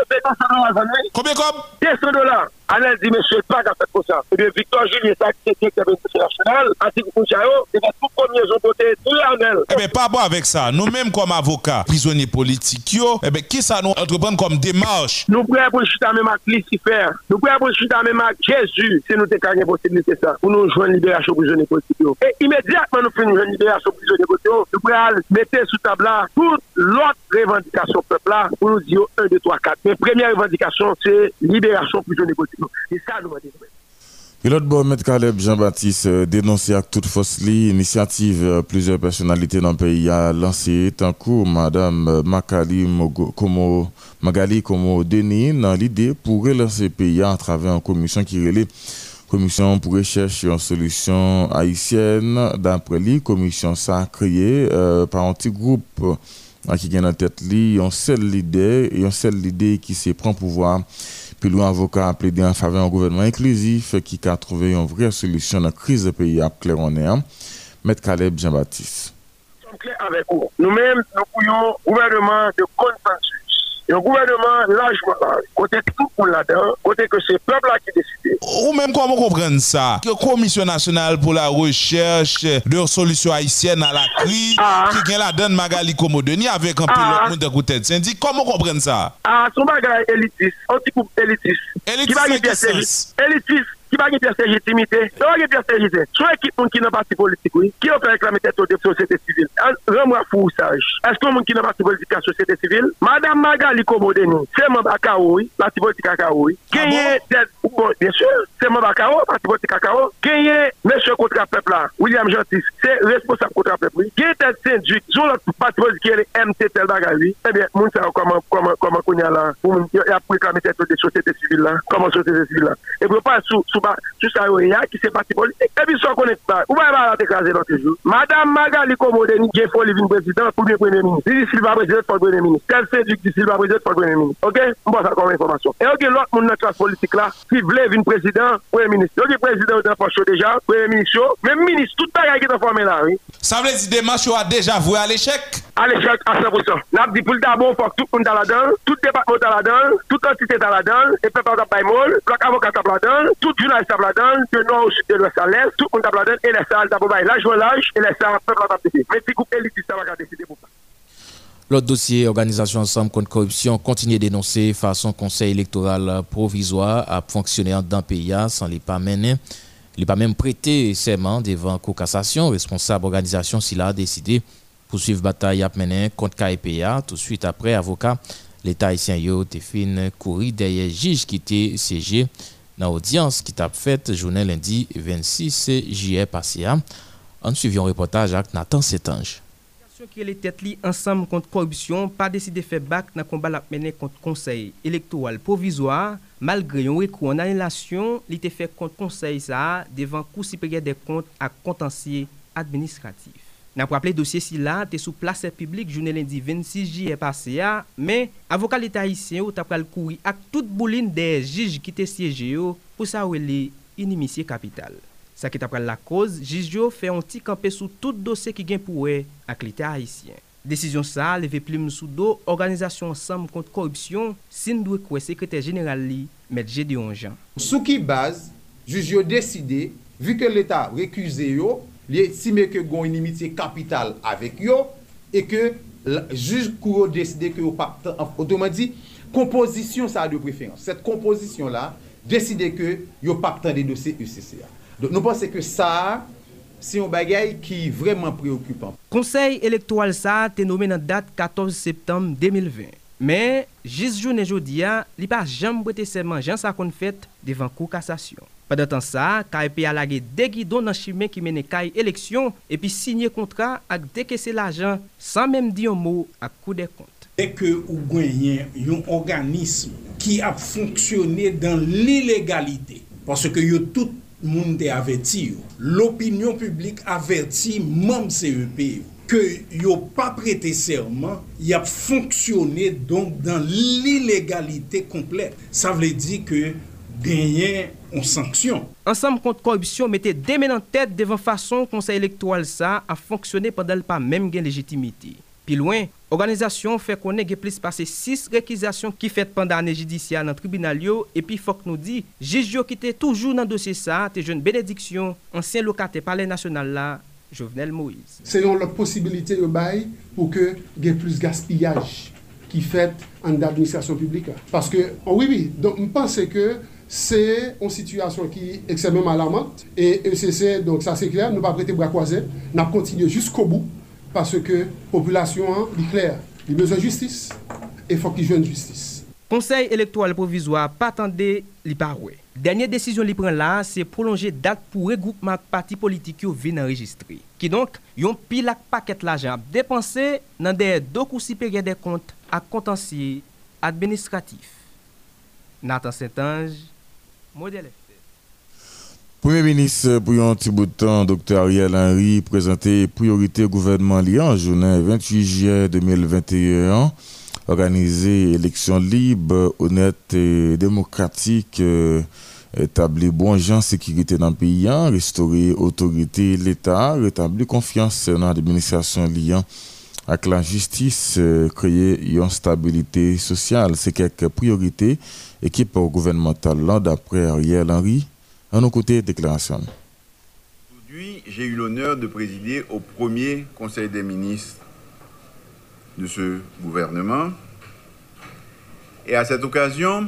$200. Combien comme? $200. Anel dit, monsieur, pas qu'à faire pour ça. Et bien, Victor Julien, c'est accepté que le national, article Kouchao, et bien, tout combinaison côté, tout Anel. Eh bien, pas bon avec ça. Nous-mêmes, comme avocats, prisonniers politiques, eh bien, qui ça nous entreprend comme démarche? Nous pouvons pour chuter même avec Lucifer. Nous pouvons pour chuter même avec Jésus, si nous avons une possibilité ça, pour nous joindre libération prisonniers politiques. Et immédiatement, nous faisons une libération prisonniers politiques. Nous pouvons mettre sous table là toute l'autre revendication peuple là, pour nous dire 1, 2, 3, 4. Mais première revendication, c'est libération prisonniers politiques. C'est ça, nous va dire. Et l'autre bon, M. Caleb Jean-Baptiste dénoncé avec toute force l'initiative plusieurs personnalités dans le pays a lancé tant que Mme Magali Komo Denis dans l'idée pour relancer le pays à travers une commission qui relève commission pour recherche une solution haïtienne. D'après lui, commission ça créée par un petit groupe qui a en tête un seul leader qui se prend pouvoir. Puis l'avocat a plaidé en faveur d'un gouvernement inclusif qui a trouvé une vraie solution à la crise du pays à clair-en-est. M. Caleb Jean-Baptiste. Nous sommes clairs avec vous. Nous-mêmes, nous voulons un gouvernement de consensus. Et un gouvernement largement large. Côté tout pour là-dedans, côté que c'est le peuple là qui décide. Ou même comment comprendre ça? Que Commission nationale pour la recherche de solutions haïtiennes à la crise, qui gagne la donne Magali Komo Denis avec un pilote de côté syndic, comment comprendre ça? Son bagage élitiste, un petit groupe élitiste. Élitiste, c'est quel sens? Élitiste. Qui va gagner pièce légitimité, qui va gagner pièce légitimité. Soit équipe qui n'a pas parti politique, oui, qui a fait réclamer tête de société civile. Rends-moi fou sage. Est-ce que mon qui n'a pas parti politique à société civile? Madame Magali Komo Denis, c'est mon Bakao, oui, parti politique à Kao, oui. Gagné tête, bon, bien sûr, c'est mon Bakao, parti politique à Kao. Gagné monsieur contre peuple là, William Gentis, c'est responsable contre peuple, oui. Gagné tête syndic, sur l'autre parti politique qui est MT tel bagage, oui. Eh bien, moun sa comment qu'on y a là, pour y a réclamer tête de société civile là, comment société civile là. Et pour pas sous ça qui c'est parti politique. Et puis ça connaît pas. Vous va la déclarer l'autre jour. Madame Magali Komo Denis, qui est folle président pour le premier ministre. Si Silva président pour le premier ministre. Tel syndic dit Silva président pour le premier ministre. OK? On va faire comme information. Et OK, l'autre monde dans la classe politique là, qui voulait venir président, premier ministre. OK, président de la déjà, premier ministre, même ministre, tout le qui est formé là, oui. Ça veut dire que des marches a déjà voué à l'échec? À l'échec à 100%. N'a dit pour le d'abord, il faut que tout le monde est là-dedans, tout département est là-dedans, toute entité est là-dedans, et peuple est là-dedans, bloc avocat est là-dedans, tout journaliste est là-dedans, de nord au sud de l'ouest à l'est, tout le monde est là-dedans, et les salles d'abord, l'âge ou l'âge, et les salles, peuple est là-dedans. Mais si groupe élitiste, ça va décider pour ça. L'autre dossier, Organisation Ensemble contre Corruption, continue de dénoncer façon conseil électoral provisoire à fonctionner dans le pays sans les pas mener. Il n'est pas même prêté serment devant Cour cassation. Responsable organisation s'il a décidé poursuivre bataille à mener contre KPA. Tout de suite après, avocat, l'État haïtien yo te fin courir derrière juge qui était siégé dans l'audience qui t'a fait journée lundi 26 juillet passé. En suivant un reportage avec Nathan Setange. Qui les têtes li ensemble contre corruption pas décidé faire bac dans combat la mener contre conseil électoral provisoire malgré un recours en annulation il était fait contre conseil ça devant cour supérieur des comptes à contentieux administratif. N'a pas rappelé dossier si là t'es sous place publique journée lundi 26 juillet passé mais avocat l'état haïtien ou t'a pral courir ak toute bouline des juges qui t'es siégé pour ça ou les inimitié capitale. Ça qui t'a pral la cause, juge yo fait un petit camper sous tout dossier qui gagne pour ak l'état haïtien. Décision ça levé plume sous dos organisation ensemble contre corruption sin doit quoi secrétaire général li M. Gédéon Jean. Sous qui base juge yo décidé vu que l'état récusé yo il estime que gon inimitié capitale avec yo et que le juge cour décidé que autrement dit composition ça de préférence. Cette composition là décidé que yo pas tant des dossiers UCCA. Donc nous pensons que ça c'est un bagage qui est vraiment préoccupant. Conseil électoral ça est nommé dans date 14 septembre 2020. Mais juste journée jodi a, li pas jamais prêté serment Jean ça qu'on fait devant cour cassation. Pendant temps ça, KP a lagé des guidons dans chemin qui mène kay élection et puis signer contrat ak décaisser l'argent sans même dire un mot à Cour des comptes. Dès que ou gagne un organisme qui a fonctionné dans l'illégalité parce que yo tout monde est averti, l'opinion publique averti même CEP que yo pas prêté serment, y a fonctionné donc dans l'illégalité complète. Ça veut dire que gagner en sanction. Ensemble contre corruption mettait des mains en tête devant façon conseil électoral ça a fonctionné pendant le pas même gain légitimité. Puis loin, organisation fait connaître plus passé 6 réquisitions qui fait pendant l'année judiciaire dans tribunal yo et puis faut que nous dit juge yo qui était toujours dans dossier ça, te jeune bénédiction, ancien locataire palais national là, Jovenel Moïse. C'est une autre possibilité de bail pour que il y ait plus gaspillage qui fait en administration publique parce que oui donc je pense que c'est une situation qui est extrêmement alarmante et ECC, donc ça c'est clair, nous ne pas prêter bras croisés, nous continuer jusqu'au bout parce que la population est claire, il a besoin de justice et il faut qu'il joue justice. Conseil électoral provisoire pas attendé li paroué. Dernière décision li prend là, c'est prolonger date pour regroupement parti politique yo vinn enregistrer. Qui donc yon pile ak paquet l'argent dépensé dans des dossiers supérieurs des comptes à contentieux administratif. Nathan Saint-Ange, Modèle FM. Premier ministre pour un petit bout de temps, Dr. Ariel Henry, présenté priorité gouvernement liant journée 28 juillet 2021, organiser élection libre, honnête et démocratique, établir bon gens sécurité dans le pays, restaurer autorité l'État, rétablir confiance dans l'administration liant avec la justice, créer une stabilité sociale. C'est quelques priorités équipe gouvernementale là d'après Ariel Henry. À nos côtés, déclaration. Aujourd'hui, j'ai eu l'honneur de présider au premier Conseil des ministres de ce gouvernement. Et à cette occasion,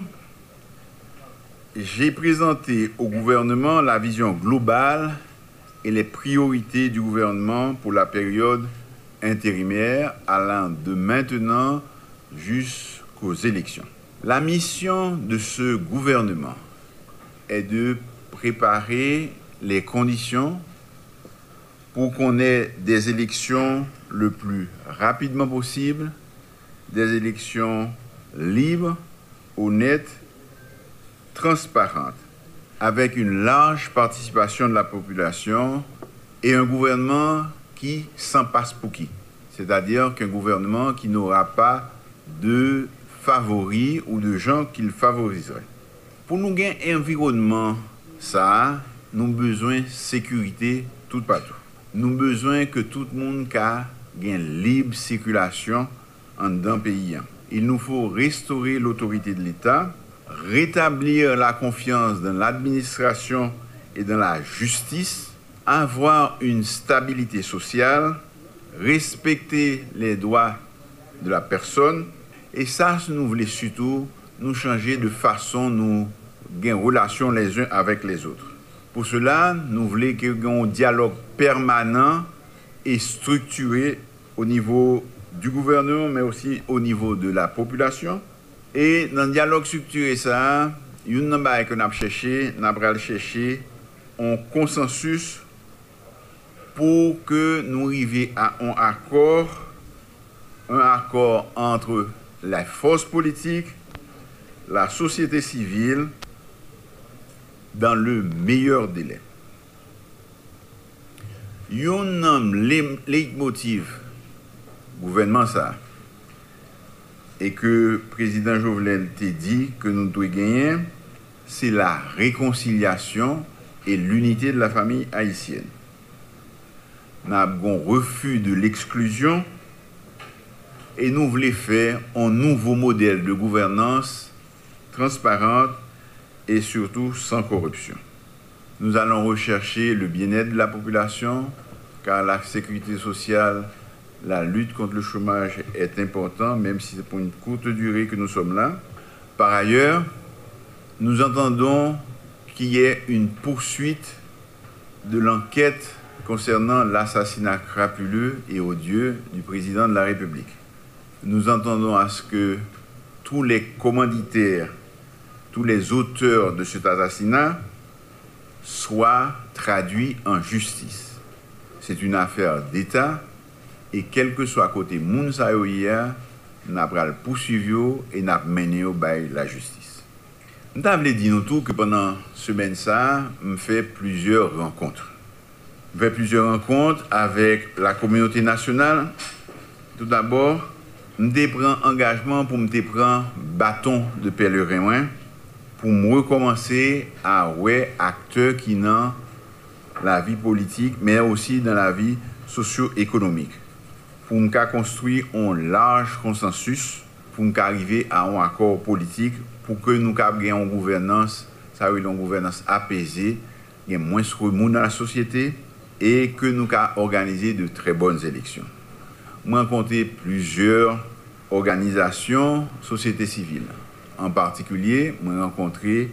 j'ai présenté au gouvernement la vision globale et les priorités du gouvernement pour la période intérimaire allant de maintenant jusqu'aux élections. La mission de ce gouvernement est de préparer les conditions pour qu'on ait des élections le plus rapidement possible, des élections libres, honnêtes, transparentes, avec une large participation de la population et un gouvernement qui s'en passe pour qui. C'est-à-dire qu'un gouvernement qui n'aura pas de favoris ou de gens qu'il favoriserait. Pour nous gagner un environnement, ça, nous avons besoin de sécurité tout partout. Nous avons besoin que tout le monde ait une libre circulation dans le pays. Il nous faut restaurer l'autorité de l'État, rétablir la confiance dans l'administration et dans la justice, avoir une stabilité sociale, respecter les droits de la personne. Et ça, nous voulons surtout nous changer de façon, nous gagner relation les uns avec les autres. Pour cela, nous voulons qu'il y ait un dialogue permanent et structuré au niveau du gouvernement, mais aussi au niveau de la population. Et dans le dialogue structuré, ça, il y a une chose que nous avons cherché un consensus pour que nous arrivions à un accord entre la force politique, la société civile, dans le meilleur délai. un leitmotiv gouvernement ça et que le président Jovenel t'a dit que nous devons gagner, c'est la réconciliation et l'unité de la famille haïtienne. Nous avons un refus de l'exclusion et nous voulons faire un nouveau modèle de gouvernance transparente et surtout sans corruption. Nous allons rechercher le bien-être de la population car la sécurité sociale, la lutte contre le chômage est importante, même si c'est pour une courte durée que nous sommes là. Par ailleurs, nous entendons qu'il y ait une poursuite de l'enquête concernant l'assassinat crapuleux et odieux du président de la République. Nous entendons à ce que tous les commanditaires, tous les auteurs de cet assassinat soient traduits en justice. C'est une affaire d'État et quel que soit côté moun sa yo hier, n'a pral poursuivre et n'a mené au bail la justice. Nous avons dit nous tout que pendant semaine ça, me fait plusieurs rencontres. Je fais plusieurs rencontres avec la communauté nationale. Tout d'abord, je prends engagement pour me prendre bâton de pèlerin pour me recommencer à ouais acteurs qui dans la vie politique mais aussi dans la vie socio-économique pour me construire un large consensus pour me arriver à un accord politique pour que nous ayons une gouvernance, ça veut dire une gouvernance apaisée, il y a moins de remous dans la société et que nous organiser de très bonnes élections. Moi, j'ai rencontré plusieurs organisations, société civile. En particulier, j'ai rencontré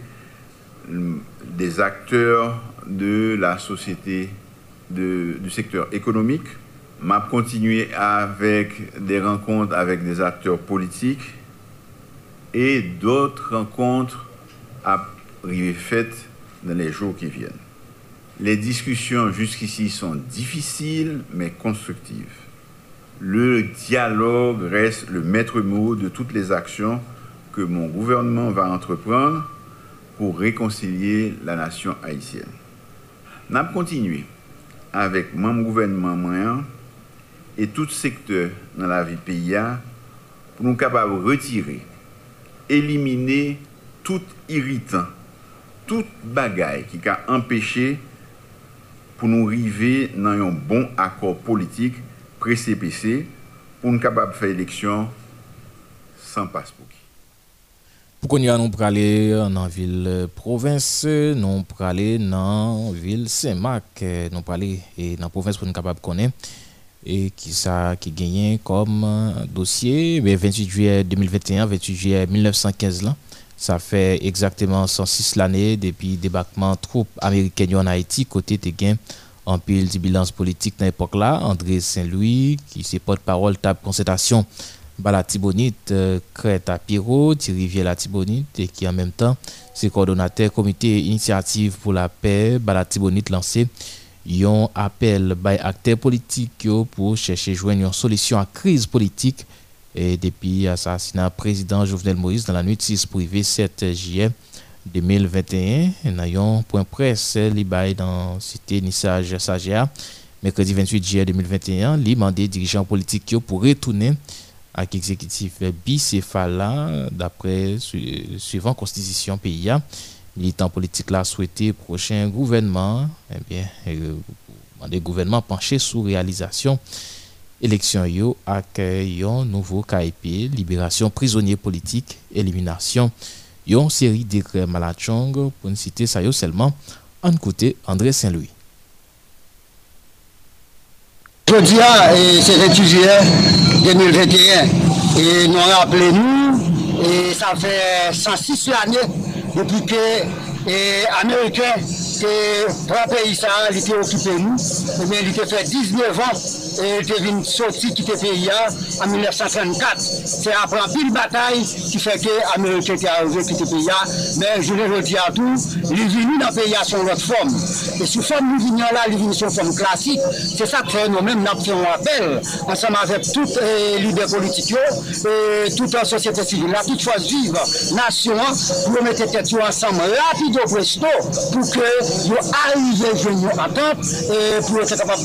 des acteurs de la société, du secteur économique. J'ai continué avec des rencontres avec des acteurs politiques et d'autres rencontres à arriver faites dans les jours qui viennent. Les discussions jusqu'ici sont difficiles mais constructives. Le dialogue reste le maître mot de toutes les actions que mon gouvernement va entreprendre pour réconcilier la nation haïtienne. Nous avons continué avec mon gouvernement moyen et tout secteur dans la vie pays pour nous capables de retirer, éliminer tout irritant, toute bagaille qui a empêché pour nous arriver dans un bon accord politique pré-CPC pour nous capables de faire élection sans passeport. Pour qu'on y a, nous aller dans la ville province, nous aller dans la ville Saint-Marc, nous aller dans la province pour nous capables de connaître et qui ça qui gagne comme dossier 28 juillet 2021 28 juillet 1915 là ça fait exactement 106 l'année depuis débarquement troupes américaines en Haïti côté te gain en pile de bilan politique dans l'époque là André Saint-Louis qui c'est porte-parole table concertation Balatibonite Crête à Piro Thierry Latibonite et qui en même temps c'est coordonnateur comité initiative pour la paix Balatibonite lancé un appel by acteurs politiques pour chercher joindre une solution à crise politique et depuis l'assassinat président Jovenel Moïse dans la nuit 6 privé 7 juillet 2021 n'ayons point presse li bay dans cité Nissage Sagea mercredi 28 juillet 2021 li mandé dirigeants politiques pour retourner à l'exécutif bicéphale d'après suivant constitution pays. Militants politiques là souhaité prochain gouvernement des gouvernements penché sur réalisation élection yo accueillant nouveau KIP libération prisonniers politiques élimination yon série de décrets Malachong pour ne citer ça yo seulement en côté André Saint-Louis. Aujourd'hui c'est 28 juillet 2021 et nous rappelons et ça fait 106 années depuis que les Américains trois pays ça étaient occupés nous, mais il était fait 19 ans et il était venu sortir quitter le pays en 1934. C'est après un pile bataille qui fait que les Américains étaient arrivés quitter le pays. Mais je le dis à tout, les venus dans le pays sont notre forme. Et sous forme nous venons là, les venus sont forme classique. C'est ça que nous-mêmes nous faisons un appel, ensemble avec toutes les leaders politiques et toute la société civile, là, toute force vive, nation, pour mettre tête ensemble rapide au presto pour que nous arrivions à jouer une entente et pour être capable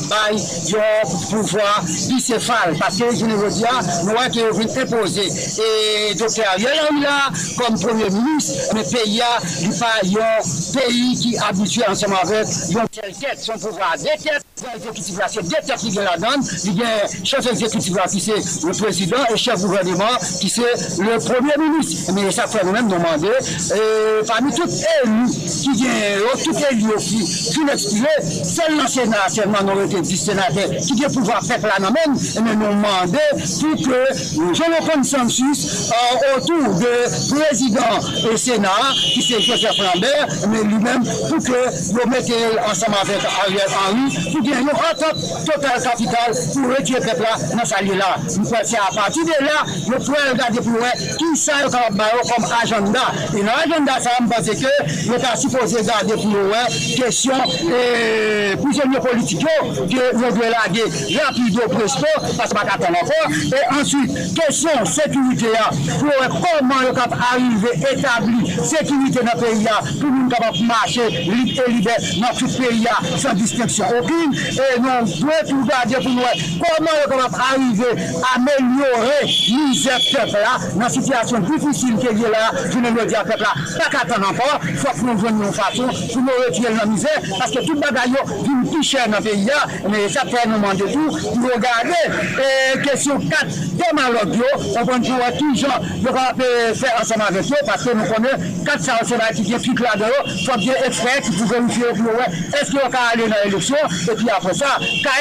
de pouvoir bicéphale. Parce que je ne veux dire, nous avons imposer. Et docteur Ariel là, comme Premier ministre, le pays n'est pas un pays qui est habitué ensemble avec une telle tête, son pouvoir des têtes. L'exécutif là, c'est deux têtes qui la donne. Il y a chef exécutif là qui c'est le président et chef gouvernement qui c'est le Premier ministre. Mais ça fait nous-mêmes demander, parmi tous élus qui viennent, tous élus qui sont expulsés, seul le Sénat, seulement nous avons été 10 sénateurs qui ont pouvoir faire là nous-mêmes, mais nous demander pour que j'ai le consensus autour du président et Sénat, qui c'est Joseph Lambert, mais lui-même pour que nous mettions ensemble avec Ariel Henry, pour qu'il y ait une entente totale capitale pour retirer le peuple là dans sa lieu là. C'est à partir de là, nous pouvons regarder pour voir qui ça comme agenda. Et dans l'agenda, ça me pense que nous sommes supposés garder pour nous question prisonniers politiques que nous devons laguer rapide au presto, parce qu'on va attendre encore. Et ensuite, question sécurité, pour comment nous sommes arrivés à établir sécurité dans le pays, pour nous capables de marcher libre et libre dans tout le pays sans distinction aucune. Et nous devons regarder pour nous comment nous sommes arrivés à améliorer misère peuple là, dans la situation difficile qu'il y a là. Je ne veux dire peuple là, pas qu'attendre encore, il faut que nous venions une façon pour nous retirer la misère, parce que tout le bagaille vient plus cher dans le pays, mais ça fait nous demander tout, pour regarder, question 4, démalogue, on va pouvoir toujours faire ensemble avec eux, parce que nous connaissons 4 ça qui vient tout là-dedans, il faut bien extraire, pour vérifier, est-ce qu'il va aller dans l'élection, et puis après ça,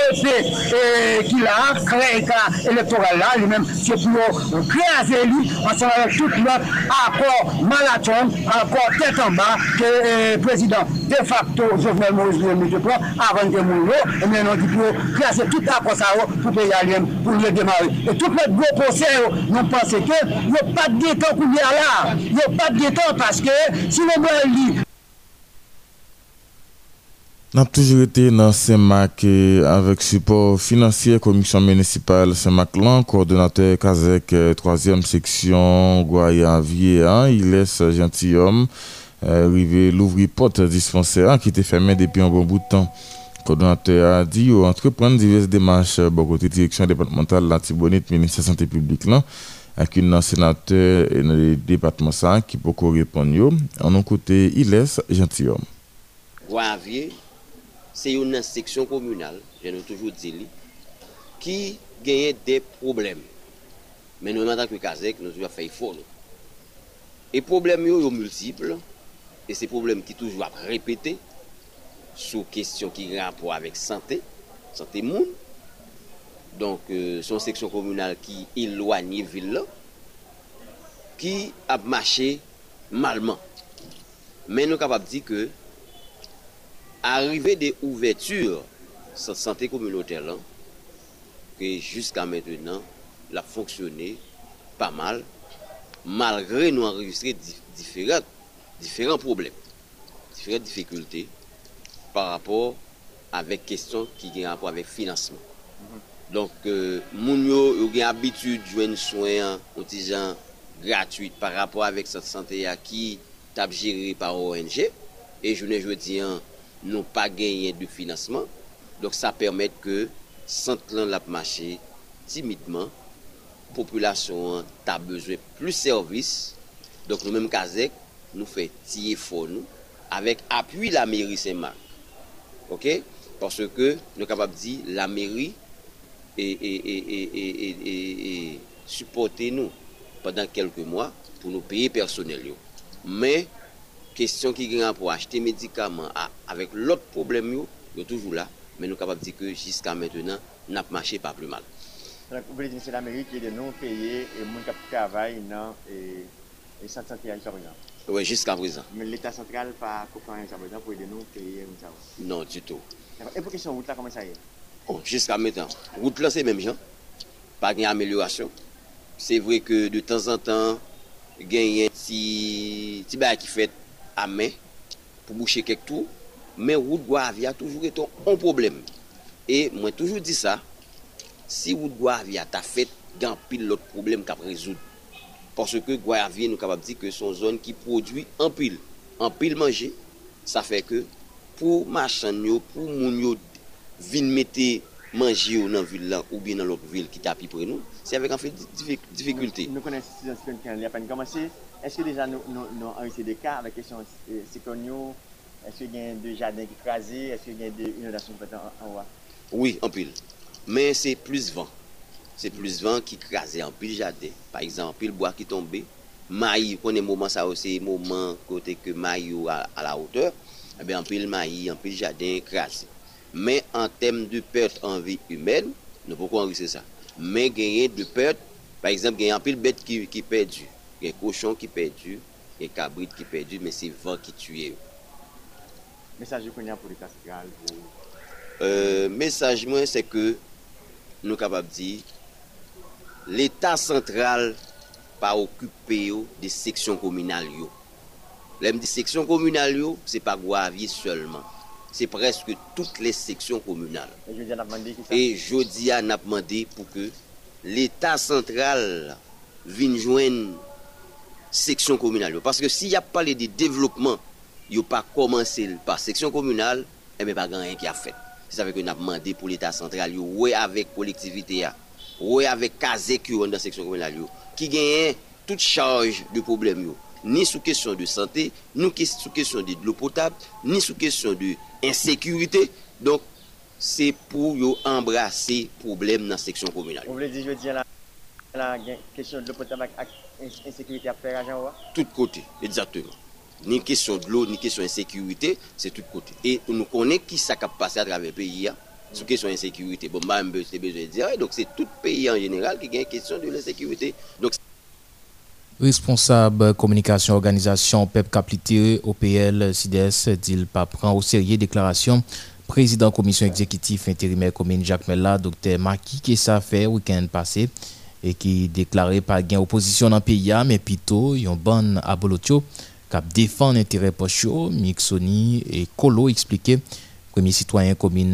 KEP qui l'a créé électoral là, lui-même, c'est pour créer lui, ensemble avec tout l'autre accord marathon, accord tête en bas, que le président de facto, Jovenel Moïse, avant de mourir, et maintenant, il faut créer tout accord ça pour payer à lui, pour le démarrer. Et tout le gros procès, nous pensons que il n'y a pas de détente pour là, il n'y a pas de détente parce que si nous voulons nous avons toujours été dans Saint-Marc avec support financier, commission municipale Saint-Marc-Lan, coordonnateur Kazek 3e section Guayavier, il laisse gentilhomme arriver l'ouvrir porte dispensaire qui était fermé depuis un bon bout de temps. Le coordonnateur a dit entreprendre diverses démarches côté direction départementale la Tibonite, ministère de la Santé publique là, avec une sénateur et le département ça qui peut répondre. En un côté, il laisse gentilhomme. Guayavier, c'est une section communale, je l'ai toujours dit, qui gagne des problèmes. Mais nous, en tant que Kazek, nous devons faire fort. Et les problèmes sont multiples, et ces problèmes qui toujours répétés sur questions qui ont rapport avec santé monde. Donc, c'est une section communale qui éloigne la ville, qui a marché malement. Mais nous sommes capables de dire que arrivé des ouvertures sur santé communautaire là, que jusqu'à maintenant, l'a fonctionné pas mal, malgré nous enregistrer différents problèmes, différentes difficultés par rapport avec questions qui ont rapport avec financement. Donc, moun yo ont l'habitude de jouer soins gratuits par rapport avec cette santé qui est gérée par ONG, et je ne dis pas n'ont pas gagné de financement. Donc ça permet que centre la marché timidement, population a besoin de plus de services. Donc nous-mêmes Kazek, nous faisons tirer fort nous avec appui la mairie Saint-Marc. OK? Parce que nous sommes capables de dire la mairie et supporter nous pendant quelques mois pour nous payer personnel. Mais question qui gagne pour acheter médicaments avec l'autre problème, il est toujours là, mais nous sommes capables de dire que jusqu'à maintenant, n'a pas marché pas plus mal. Donc, vous voulez dire que c'est la mairie qui est de non payer et les gens qui travaillent dans les centres santé jusqu'à présent? Oui, jusqu'à présent. Mais l'État central n'a pas fait jusqu'à présent pour aider nous à payer? Non, du tout. Et pour question route là, comment ça y est? Oh, jusqu'à maintenant, route là, c'est même gens. pas une amélioration. C'est vrai que de temps en temps, il y a un petit bail qui fait à main pour boucher quelques tours, mais route Guavia a toujours été un problème. Et moi toujours dit ça, si route Guavia a fait un pile l'autre problème qu'à résoudre. Parce que Guavia nous capable de dire que son zone qui produit en pile manger, ça fait que pour marchand pour moun yo vinn mettre manger dans ville là ou bien dans l'autre ville qui t'a plus près nous, c'est avec en fait difficulté. Nous connaissons il y a pas commencé. Est-ce que déjà nous avons essayé des cas avec question cyclonio? Est-ce qu'il y a des jardins qui crasés? Est-ce qu'il y a des inondations en haut? Oui, en pile. Mais c'est plus vent. C'est plus vent qui crase en pile jardin. Par exemple, pile bois qui tombe, maïs, qu'on est moment ça aussi, moment côté que maïs à la hauteur, eh bien en pile maïs, en pile jardin crasé. Mais en termes de perte en vie humaine, nous pouvons enregistrer ça. Mais gagner de perte, par exemple, il y a un pile bête qui perdu, il y a un cochon qui perdu, il y a un cabrit qui perdu, mais c'est vent qui tue. Message qu'on a pour l'État central. Message moi c'est que nous sommes capables de dire l'État central pas occupé des sections communales. L'aime dit section communale, c'est pas Guavier seulement. C'est presque toutes les sections communales. Et je dis à n'a demandé pour que l'État central vienne joindre section communale. Parce que s'il n'y a pas parlé de développement, il n'y a pas commencé par section communale, et bien pas rien qui a fait. C'est ça que nous avons demandé pour l'État central, oui avec collectivité, oui avec casé qui dans la section communale, qui gagne toute charge de problème, ni sous question de santé, ni sous question de l'eau potable, ni sous question de insécurité. Donc, c'est pour embrasser le problème dans la section communale. Vous voulez dire, je veux dire, la question de l'eau potable et insécurité à faire agent? Tout côté, exactement. Ni question de l'eau, ni question d'insécurité, c'est tout côté. Et nous connaissons qui ça a passé à travers le pays, sur question d'insécurité. Bon, moi, c'est besoin de dire, donc c'est tout le pays en général qui a une question de l'insécurité. Donc, responsable communication organisation PEP Caplité OPL SIDES dit pas prend au sérieux déclaration président commission exécutive intérimaire commune Jacques Mella docteur Maki qui ça fait week-end passé et qui déclarait pas gain opposition dans le pays mais plutôt yon bonne abolotio cap défendre intérêt pocho Mixoni et Colo expliqué premier citoyen commune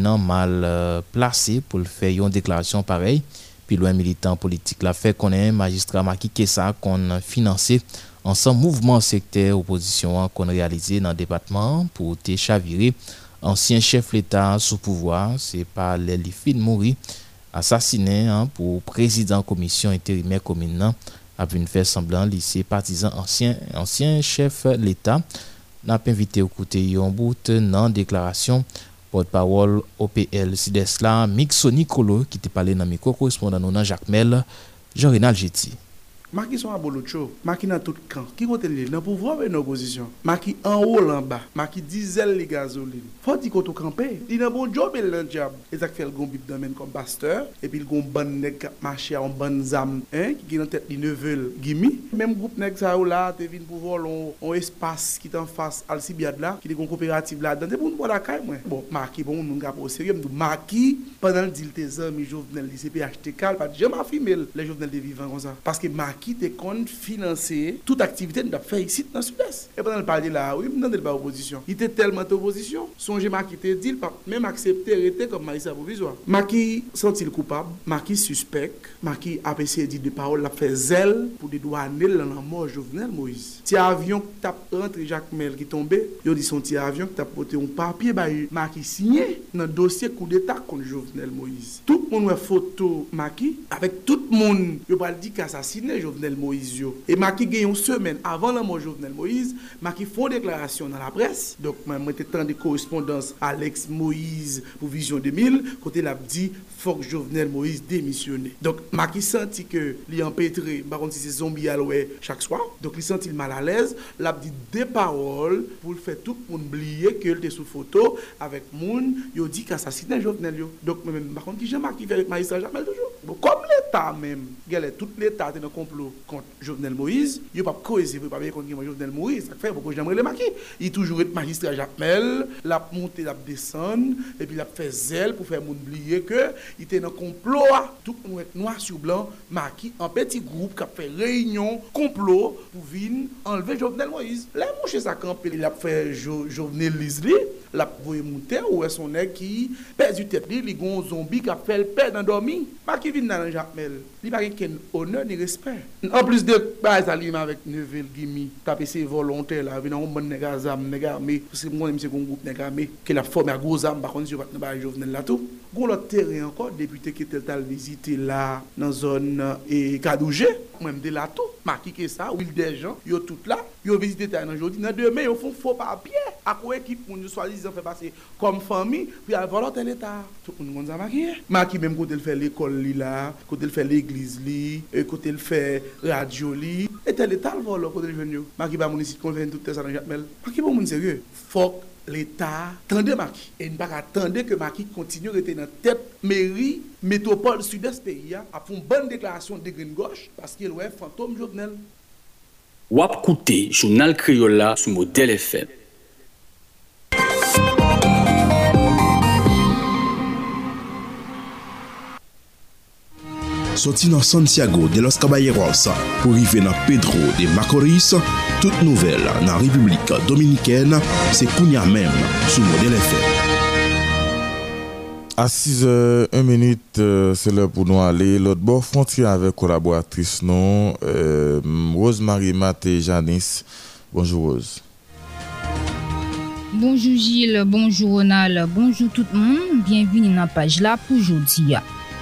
mal placé pour faire une déclaration pareille. Puis loin militant politique la fait qu'on est magistrat Maki Kessa qu'on financé ensemble mouvement secteur opposition qu'on réalisé dans le département pour te chavirer ancien chef l'État sous pouvoir c'est pas les fin mourir assassiné pour président commission intérimaire commune a vu faire semblant lycée partisan ancien chef l'État n'a pas invité au côté un bout dans déclaration porte-parole OPL Sidesla Mixoni Colo qui te parlait dans micro correspondant nous Jacques Mel Jean-Renal Getty. Maki sont à Bolocho, Maki dans tout camp. Qui côté li dans pouvoir et dans opposition. Maki en haut en bas, Maki diesel les gasoline. Faut dire qu'on camper. Il a bon job et le job. Et ça fait le gon bib domaine comme pasteur et puis le gon bon nèg marché en bonne zam qui dans tête li nevel gimi. Même groupe nèg ça là te vinn pouvoir on espace qui t'en face Alcibiade là, qui est une coopérative là dedans. C'est pour la caille moi. Bon, Maki bon nous gars au sérieux, Maki pendant le deal tes amis Jovenel lycée PHT cal pas jamais affirmer les Jovenel de vivant comme ça parce que qui te compte financer toute activité nous a fait ici dans le sud-est. Et pendant le parler là, oui, dans le opposition. Il était tellement opposition, songe Maki te dit pas même accepter rester comme magistrat provisoire. Maki senti coupable, Maki suspect, Maki a essayé de dire des paroles la fait zèle pour des douaner dans la mort Jovenel Moïse. Ti avion t'a rentré Jacques Mel qui tombé, yo dit son ti avion qui t'a porté un papier ba Maki signé dans dossier coup d'état contre Jovenel Moïse. Tout le monde a photo Maki avec tout le monde, yo pas dit qu'assassiner Jovenel Moïse yo. Et Maki gagne une semaine avant la mort Jovenel Moïse, Maki font déclaration dans la presse. Donc moi j'étais temps de correspondance Alex Moïse pour Vision 2000, côté l'a dit faut que Jovenel Moïse démissionne. Donc Maki senti que li empêtré, par contre si c'est zombie à l'ouest chaque soir. Donc il senti mal à l'aise, l'a dit des paroles pour faire tout le monde oublier que il était sous photo avec moun, yo dit qu'assassiner Jovenel yo. Donc même par contre qui Jean-Marc qui fait avec magistrat jamais toujours. Comme l'État même, tout l'État est dans le complot contre Jovenel Moïse, il n'y a pas de cause, il n'y a pas de contre Jovenel Moïse, ça fait beaucoup de gens le Macky. Il toujours être magistrat Jacmel, la monter, la descendre, et puis il a fait zèle pour faire oublier que il était dans le complot, tout noir sur blanc, Macky, en petit groupe qui a fait réunion, complot, pour venir enlever Jovenel Moïse. Là, mon chez sa camp, il a fait Jovenel Lisli, la voye monter, ou est son nègre qui pèse du tête, il y a un zombie qui a fait le père d'endormi. Macky vient dans le Jacmel, il n'y a pas honneur ni respect. En plus de base avec Neville Gimi, taper ses volontaires là, venant un bon nègre armé, parce que moi je suis un groupe nègre armé qui l'a formé à gros armes, par contre je ne vais pas Jovenel là tout. Gon l'autre terrain encore député qui était visité là dans zone et Kadougé, même de là tout. Macky que ça, Will des gens, yo tout là, yo visité terrain aujourd'hui. Dans demain yo font faux papier à quoi équipe pour nous soi-disant fait passer comme famille puis à volonté l'état. Tout le monde ça Macky même côté il fait l'école là, côté il fait l'église li, et côté il fait radio li, et tel état le vol côté jeune yo. Macky ba mon ici convainc tout ça dans Jacmel. Macky bon monde sérieux. Faut l'État tendez Macky et ne pas attendre que Macky continue à rester dans tête mairie métropole sud-est pays a pour une bonne déclaration de green gauche parce qu'il ouais fantôme Jovenel. Wap koute journal Criolla sous modèle FM. Sorti dans Santiago de los Caballeros pour arriver dans Pedro de Macorís, toute nouvelle dans la République dominicaine, c'est Kounia même sous modèle FM. À 6h01, c'est l'heure pour nous aller. L'autre bord frontière avec collaboratrice non, Rose-Marie Maté Janice. Bonjour Rose. Bonjour Gilles, bonjour Ronald, bonjour tout le monde. Bienvenue dans la page là pour aujourd'hui.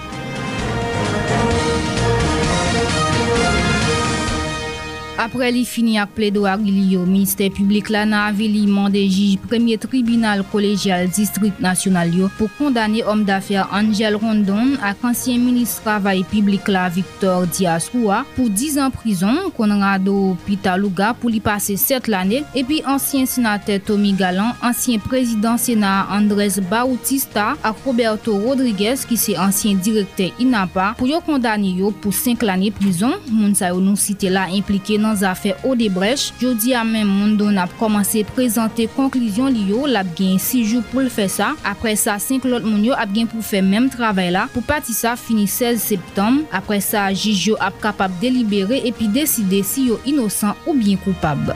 Après li fini ak plaidoirie au ministère public la nan aveli mandé juge premier tribunal collégial district national yo pour condamner homme d'affaires Angel Rondon ak ancien ministre travail public la Victor Diaz Roua pour 10 ans prison Conrado Pitaluga pour li passer 7 l'année et puis ancien sénateur Tommy Galland, ancien président Sénat Andrés Bautista ak Roberto Rodriguez qui c'est ancien directeur INAPA pour yo condamner yo pour 5 l'année prison. Moun sa yo nou cité là impliqué dans affaires Odebrecht. Jodi a même Mondon a commencé présenter conclusion liyo, l'a gen 6 jours pour le faire ça. Après ça 5 l'autre moun yo a gen pour faire même travail là. Pour parti ça fini 16 septembre. Après ça juge yo a capable délibérer et puis décider si yo innocent ou bien coupable.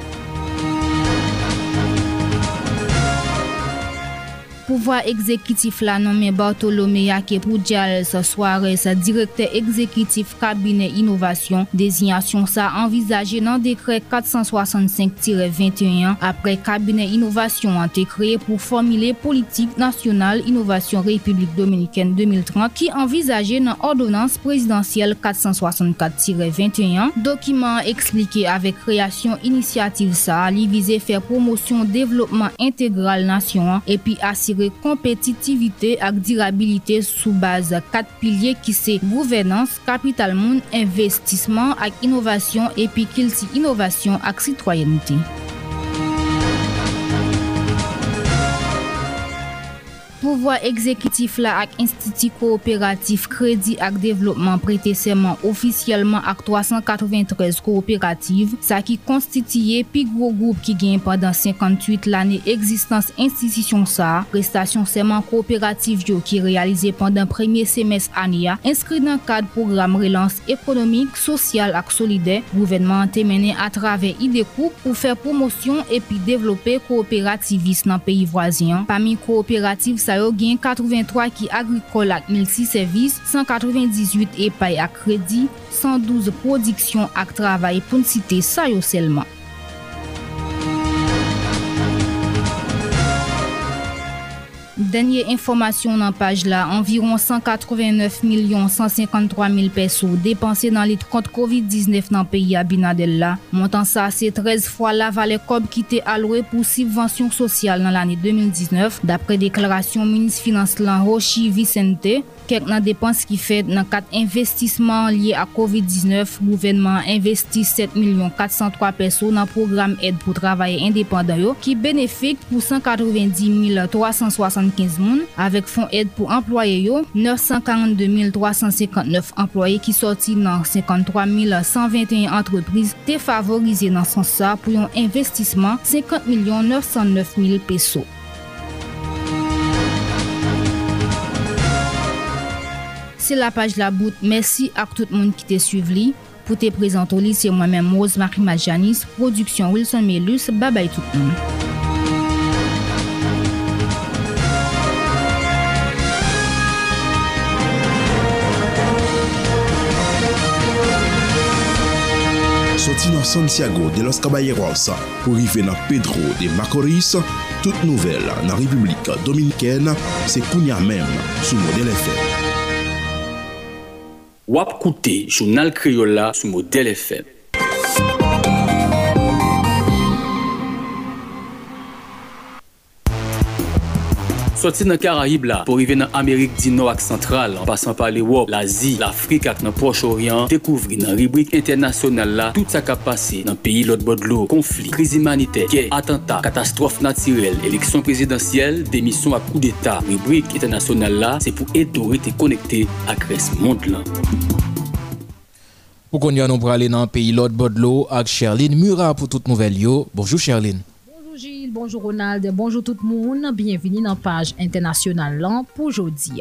Pouvoir exécutif la nommé Bartolomé Yake pour dial ce soirée sa directeur exécutif cabinet innovation désignation ça envisagé dans décret 465-21 après cabinet innovation a été créé pour formuler politique nationale innovation République dominicaine 2030 qui envisageait dans ordonnance présidentielle 464-21 document expliqué avec création initiative ça li visait faire promotion développement intégral nation et puis assurer compétitivité et durabilité sous base 4 piliers qui c'est gouvernance, capital monde, investissement et innovation et puis qu'il c'est innovation et citoyenneté. Pouvoir exécutif la ak Institut coopératif crédit ak développement prêté serment officiellement ak 393 coopératives, ça qui constitue plus gros groupe qui gagne pendant 58 l'année existence institution ça, prestation serment coopérative yo qui réalisé pendant premier semestre année inscrit dans cadre programme relance économique, sociale ak solidaire, gouvernement a mené à travers IDECO pour faire promotion et puis développer coopérativisme dans pays voisins. Parmi coopératives ça yo gen 83 qui agricole ak 1006 services, 198 épargne ak crédit, 112 production ak travail pour citer ça yo seulement. Dernière information dans page là, environ 189 153 000 pesos dépensés dans les comptes COVID-19 dans le pays Abinadel là. Montant ça, c'est 13 fois la valeur cob qui était allouée pour subvention sociale dans l'année 2019. D'après déclaration ministre finance Rochi Vicente, quelques dépenses qui fait dans 4 investissements liés à COVID-19, gouvernement investit 7 403 pesos dans le programme aide pour travailler indépendant qui bénéfique pour 190 375 315 moun avec fonds aide pour employés yo 942 359 employés qui sorti dans 53 121 entreprises défavorisées dans ce sens pour un investissement 50 909 000 pesos. C'est la page la bout. Merci à tout le monde qui t'a suivi. Pour te présenter, c'est moi-même Rose Marie Majanis, production Wilson Melus. Bye bye tout le monde. Sorti dans Santiago de los Caballeros pour arriver dans Pedro de Macorís, toute nouvelle dans la République dominicaine, c'est Kounia même sous Modèle FM. Wap koute journal Criolla sous Modèle FM. Sorti dans Caraïbes là pour arriver dans Amérique du Nord et centrale en passant par l'Europe, l'Asie, l'Afrique et dans Proche-Orient, découvrir dans rubrique internationale là tout ça qui a passé dans pays l'autre bord de l'eau, conflit, crise humanitaire, guerre, attentat, catastrophe naturelle, élection présidentielle, démission à coup d'état. Rubrique internationale là, c'est pour aider à connecter avec le monde là. Pour qu'on y a nous pour aller dans pays l'autre bord de l'eau avec Sherline Murat pour toute nouvelle yo. Bonjour Sherline. Bonjour Gilles, bonjour Ronald, bonjour tout le monde. Bienvenue dans la page internationale là pour aujourd'hui.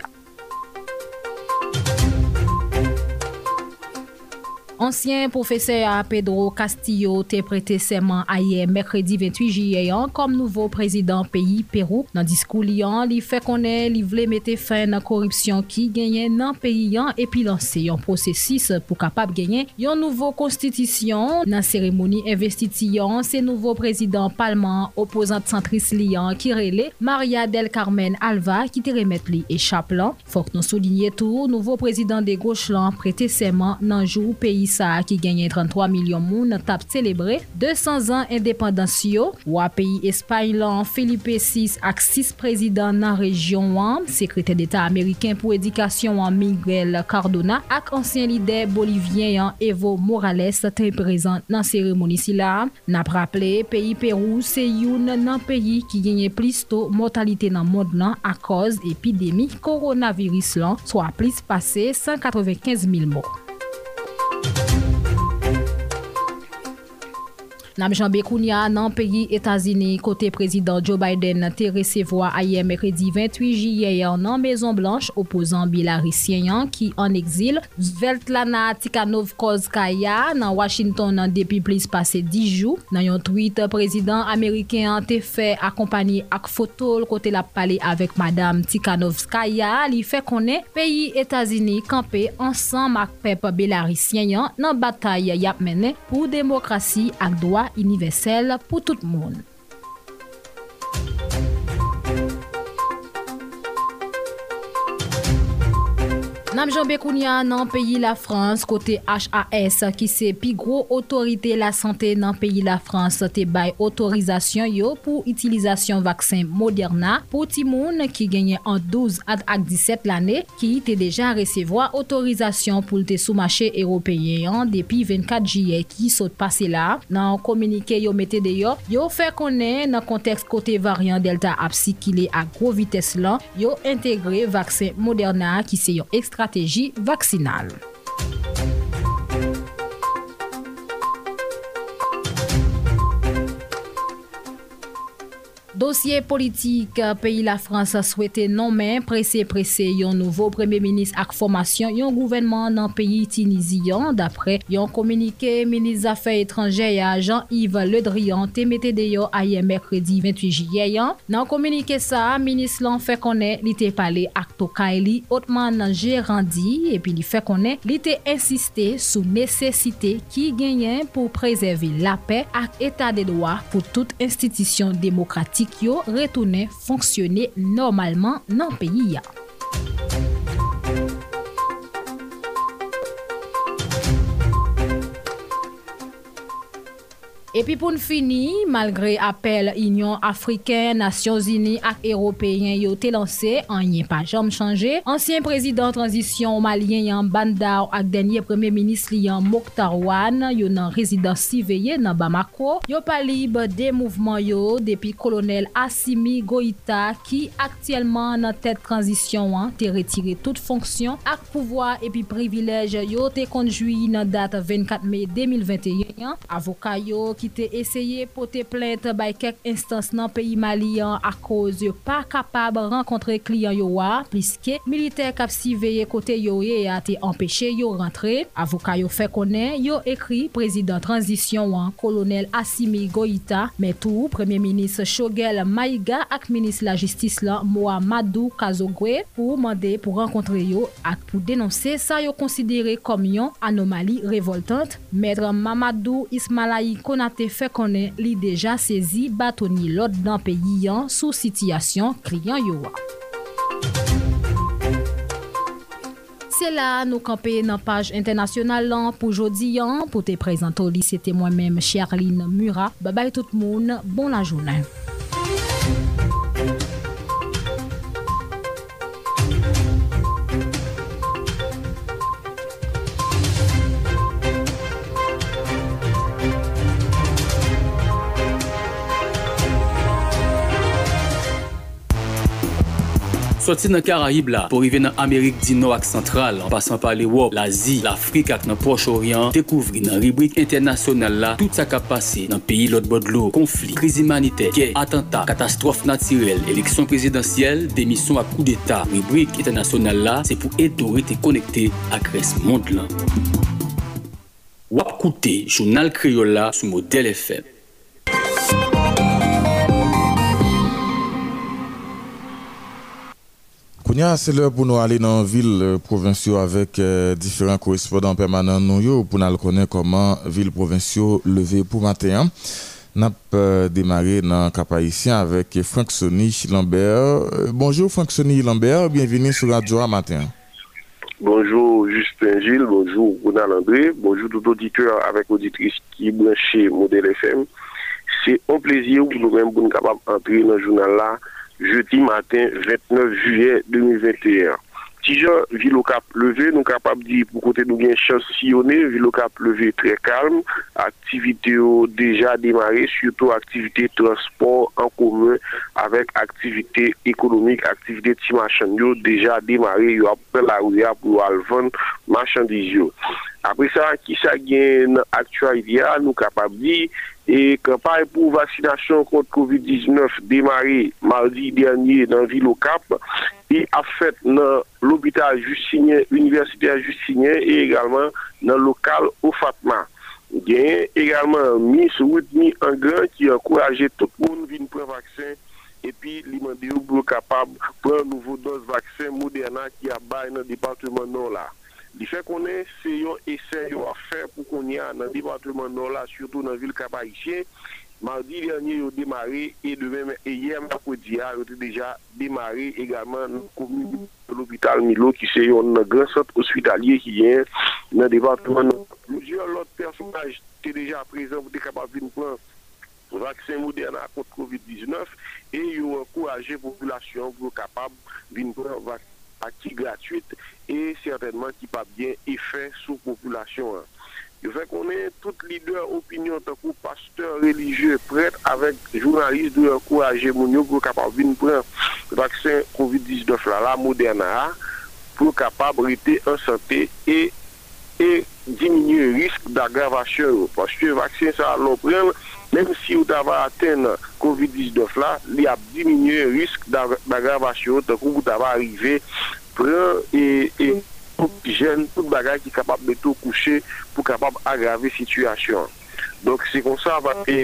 Ancien professeur Pedro Castillo t'a prêté serment hier mercredi 28 juillet comme nouveau président pays Pérou. Dans discours liant, il fait connaître il voulait mettre fin à la corruption qui gagnait dans pays et puis lancer un processus pour capable gagner une nouvelle constitution. Dans cérémonie investiture, c'est nouveau président parlement opposante centriste liant qui relait Maria del Carmen Alva qui te remettre li échappe là. Faut que nous souligner tout nouveau président de gauche là prêté serment dans jour pays ça qui gagne 33 millions moun tap célébrer 200 ans indépendance yo ou à pays Espagne là Felipe VI ak 6 présidents dans région secrétaire d'État américain pour éducation Miguel Cardona ak ancien leader bolivien Evo Morales très présent dans cérémonie si là n'a rappelé pays Pérou c'est une nan pays qui gagne plus tôt mortalité dans monde là à cause épidémie coronavirus là soit plus passé 195 000 morts. Nam Jambe Kounia dans pays États-Unis côté président Joe Biden te recevoir hier mercredi 28 juillet dans Maison Blanche opposant bélarusien qui en exil Svetlana Tikhanovskaya dans Washington depuis plus passé 10 jours. Dans un tweet président américain te fait accompagner ak photo côté la parler avec madame Tikhanovskaya, li fait connaître pays États-Unis campé ensemble avec peuple bélarusien dans bataille y a mené pour démocratie ak droit universel pour tout le monde. Nam Jambe Kounia dans pays la France côté HAS qui c'est plus gros autorité la santé dans pays la France te bay autorisation yo pour utilisation vaccin Moderna pour ti moun qui gagne en 12 à 17 l'année qui te déjà recevoir autorisation pour te sous marché européen depuis 24 juillet qui saute passé là dans communiqué yo mette de yo fait connaître dans contexte côté variant Delta ap circuler à gros vitesse là yo intégré vaccin Moderna qui c'est une stratégie vaccinale. Dossier politique pays la France a souhaité nommer pressé un nouveau premier ministre ak formation un gouvernement dans pays tunisien d'après un communiqué ministre des Affaires étrangères Jean-Yves Le Drian te mette de hier mercredi 28 juillet dans communiqué ça ministre l'en fait connaître li te parler ak Tokaili Otman Gérandi et puis li fait connaître li te insister sur nécessité qui gagne pour préserver la paix ak état de droit pour toute institution démocratique yo retourner fonctionner normalement dans le pays. Et puis pour nous finir, malgré appel Union africaine, Nations Unies et Européens yo te lancé, rien pas jamais changé. Ancien président transition malien Yan Bandar ak dernier premier ministre Yan Mokhtar Ouane yo nan résidence surveillée dans Bamako. Yo pas libre des mouvements yo depuis colonel Assimi Goïta qui actuellement dans tête transition te retiré toute fonction ak pouvoir et puis privilège yo te conduit dans date 24 mai 2021. Avocat yo qui te essayé porter plainte by quelques instances dans pays malien à cause yo pas capable rencontrer client yo puisque militaire cap surveiller côté yo et a été empêché yo rentrer. Avocat yo fait connaître yo écrit président transition colonel Assimi Goïta mais tout premier ministre Choguel Maïga ak ministre la justice là Mohamedou Kazogwe pour demander pour rencontrer yo ak pour dénoncer ça yo considéré comme une anomalie révoltante. Maître Mamadou Ismaïlaï Konaté fait connaître li déjà saisi bâtonnier l'autre dans pays sous situation client yo. C'est là nous camper dans page internationale pour aujourd'hui pour te présenter c'était moi-même Charline Murat. Bye bye tout le monde, bon la journée. Sorti dans Caraïbes là, pour arriver dans Amérique du Nord et centrale, en passant par l'Europe, l'Asie, l'Afrique et dans Proche-Orient, découvrir dans rubrique internationale là, tout ça qui a passé dans le pays l'autre bord de l'eau, conflit, crise humanitaire, guerre, attentat, catastrophe naturelle, élection présidentielle, démission à coup d'État. Rubrique internationale là, c'est pour aider te connecter avec le reste monde là. Wap koute, journal créole là, sous modèle FM. C'est l'heure pour nous aller dans la ville provinciale avec différents correspondants permanents nous pour nous connaître comment ville provinciale levé pour matin. Nous avons démarré dans le Cap Haïtien avec Franck Sonny Lambert. Bonjour Franck Sonny Lambert, bienvenue sur Radio à matin. Bonjour Justin Gilles, bonjour Ronald André, bonjour tout auditeur avec auditrice qui branché Modèle FM. C'est un plaisir pour nous-mêmes pour nous capables d'entrer dans le journal là. Jeudi matin 29 juillet 2021. Si je ville au Cap levé, nous capables de dire pour côté nous bien chance sillonner, ville au Cap levé très calme, activité déjà démarré, surtout activité transport en commun avec activité économique, activité de marchandises déjà démarré, yo après la rue pour vendre marchandises. Après ça, qui ça gagne actualité, nous capables de dire et campagne pour vaccination contre Covid-19 démarré mardi dernier dans ville au Cap et a fait dans l'hôpital Justinien, universitaire Justinien et également dans le local au Fatma. Il y a également Miss Whitney Anglin qui a encouragé tout le monde à venir prendre vaccin et puis il m'a dit pour capable prendre nouveau dose vaccin Moderna qui a bail dans le département nord là. Il fait qu'on est c'est un essai à faire pour qu'on y a dans le département nord là, surtout dans la ville Cap Haïtien. Mardi dernier, ils ont démarré et demain et hier mercredi, ils ont déjà démarré également dans la commune de l'hôpital Milo qui c'est un grand centre hospitalier qui est dans le département nord. Plusieurs autres personnages étaient déjà présents pour être capables de prendre le vaccin Moderna contre Covid-19 et ils ont encouragé la population pour être capable de prendre le vaccin gratuite et certainement qui pas bien effet sur la population. Il fait qu'on est tout leader opinion tant que pasteur religieux prêtre avec journalistes de encourager mon pour capable de prendre le vaccin Covid-19 la Moderna pour capable rester en santé et diminuer le risque d'aggravation parce que le vaccin ça l'on prend même si vous avez atteint Covid-19 là, il a diminué le risque d'aggravation tant que vous avez arrivé prendre et jeune tout bagage qui est capable de tout coucher pour capable aggraver la situation. Donc c'est comme ça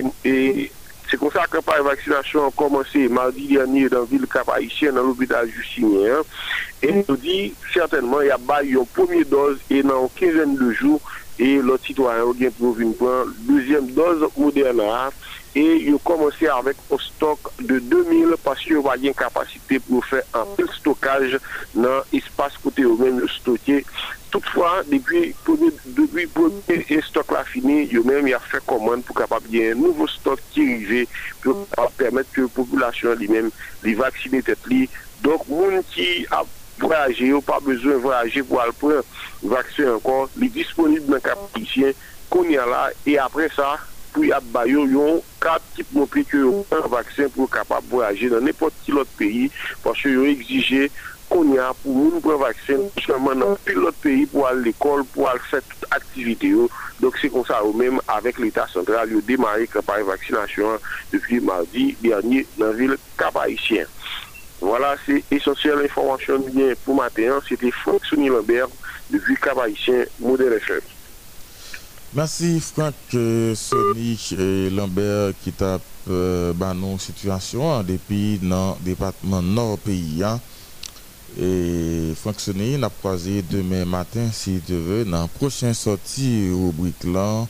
et c'est comme ça que la vaccination a commencé mardi dernier dans la ville Cap Haïtien dans l'hôpital Justinien et nous dit certainement il y a une première dose et dans une quinzaine de jours et l'autre citoyen vient pour venir prendre deuxième dose Moderna et ils ont commencé avec un stock de 2000 parce qu'il y a une capacité pour faire un peu de stockage dans l'espace côté au même stocké. Toutefois, depuis le premier stock là fini, États-Unis, eux-mêmes, ils ont fait commande pour capable un nouveau stock qui arrive pour permettre que la population lui-même les vacciner tête li. Donc, monde qui a voyagé, ou pas besoin de voyager pour aller prendre le vaccin encore, il est disponible dans le cap haïtien qu'on y a là, et après ça, pour y avoir un 4 types montrer que un vaccin pour capable de voyager dans n'importe quel autre pays, parce qu'ils ont exigé qu'on y a pour nous prendre vaccin seulement dans l'autre pays pour aller à l'école, pour aller faire toute activité. Donc c'est comme ça, même avec l'État central, ils ont démarré la campagne de vaccination depuis mardi dernier dans la ville Cap-Haïtien. Voilà, c'est essentiel l'information bien pour matin. C'était Franck Sonny Lambert depuis Cap-Haïtien, Modèle FM. Merci Franck Sonny Lambert qui tape nos situations depuis dans le département nord pays. Et Franck Sonny n'a croisé demain matin si tu veux dans la prochaine sortie rubrique là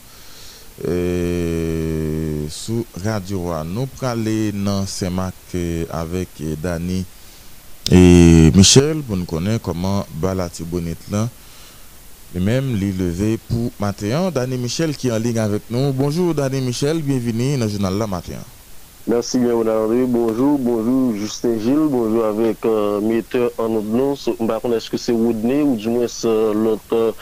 sous Radio A. Nous allons aller dans Saint-Marc avec Dani et Michel pour nous connaître comment Balati Bonnet là. Lui-même, lui levé pour matin. Dani Michel qui est en ligne avec nous. Bonjour Dani Michel, bienvenue dans le journal La Matin. Merci bien, André. Bonjour Justin Gilles. Bonjour avec metteur en notre nom. Est-ce que c'est Woodney ou du moins l'autre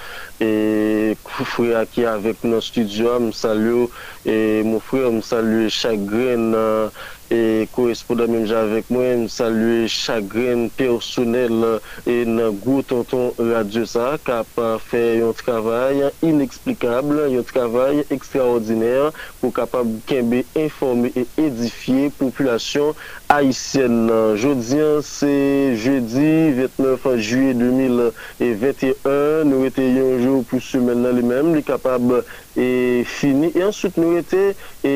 frère qui est avec nous dans le studio? Je salue mon frère, je salue Chagrin et correspondant même avec moi, je salue Chagrin personnel et dans gros tonton radio ça qui a fait un travail inexplicable, un travail extraordinaire pour capable informer et édifier population haïtienne. Jeudi, c'est jeudi 29 juillet 2021. Nous étions un jour pour semaine lui-même, il est capable et fini. Et ensuite, nous étions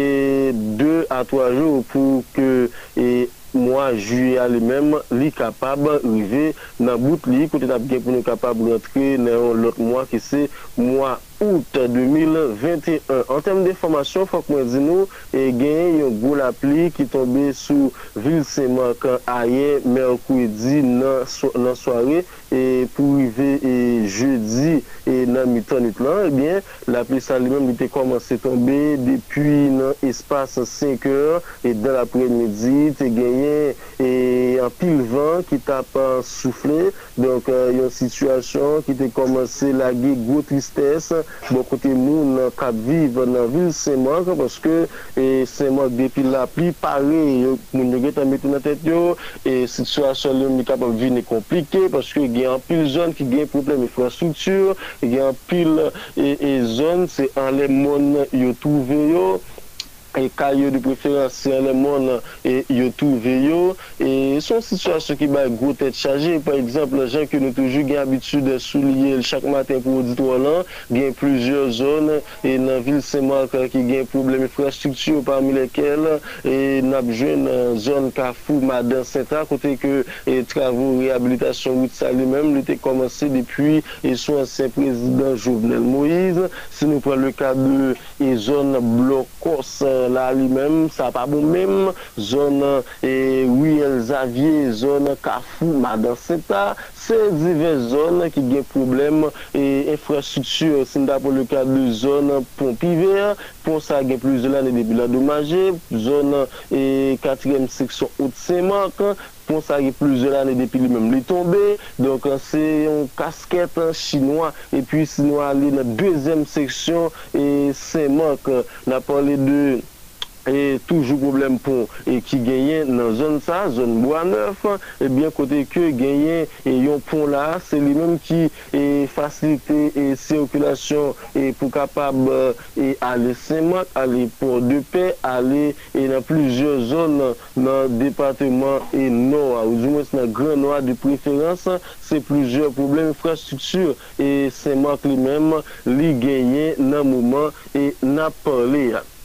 2 à 3 jours pour que mois juillet lui-même, il est capable d'arriver dans le bout de l'île, côté pour nous capable de rentrer dans l'autre mois qui c'est mois août 2021. En termes d'information, il faut que nous ayons un gros appli qui est tombé sous Ville Saint-Marc hier, mercredi, dans la soirée, et pour arriver jeudi et dans le mi-temps, eh bien, l'appli ça lui-même était commencé à tomber depuis l'espace 5 heures et dans l'après-midi, tu as gagné un pile vent qui t'a pas soufflé. Donc, il y a une situation qui t'a commencé à la grosse tristesse. Bon côté moun qui vivent dans la ville Saint-Marc parce que Saint-Marc depuis la pluie pareil moun yo ta mettre dans tête yo et situation est capable de venir compliquée parce que il y a un pile zone qui gagne problème d'infrastructure, il y a un pile et zone c'est en les monde yo trouvé yo et caillou de préférence c'est le monde et yo trouvé yo et son situation qui va gros tête chargée par exemple les gens que nous toujours gain habitude de souligner chaque matin pour auditoire là gain plusieurs zones et dans ville Saint-Marc qui gain problème infrastructure parmi lesquelles et n'a jeune zone Carrefour Madame Saint-A côté que travaux réhabilitation route ça lui-même était commencé depuis et son ancien président Jovenel Moïse. Si nous prenons le cas de zone Blocos là lui-même, ça pas bon même zone Ruel Xavier, zone Carrefour, Madame Saint-A, c'est diverses zones qui ont problème et infrastructure. C'est pour le cas de zone Pont-Piver, pour ça il y a plusieurs années depuis l'endommagé, zone 4e section Haute-Saint-Marc. Pour ça il y a plusieurs années depuis lui-même les tombé. Donc c'est une casquette chinois et puis sinon aller dans la 2e section et Saint-Marc. On a parlé de et toujours problème pour et qui gagne dans zone ça zone Bois-Neuf et bien côté que gagne et un pont là c'est lui-même qui faciliter et circulation et pour capable et aller Saint-Marc aller Port-de-Paix aller et dans plusieurs zones dans le département et nord ou du moins dans Grand Nord de préférence c'est plusieurs problèmes infrastructure et Saint-Marc lui-même lui gagne dans moment et n'a parlé.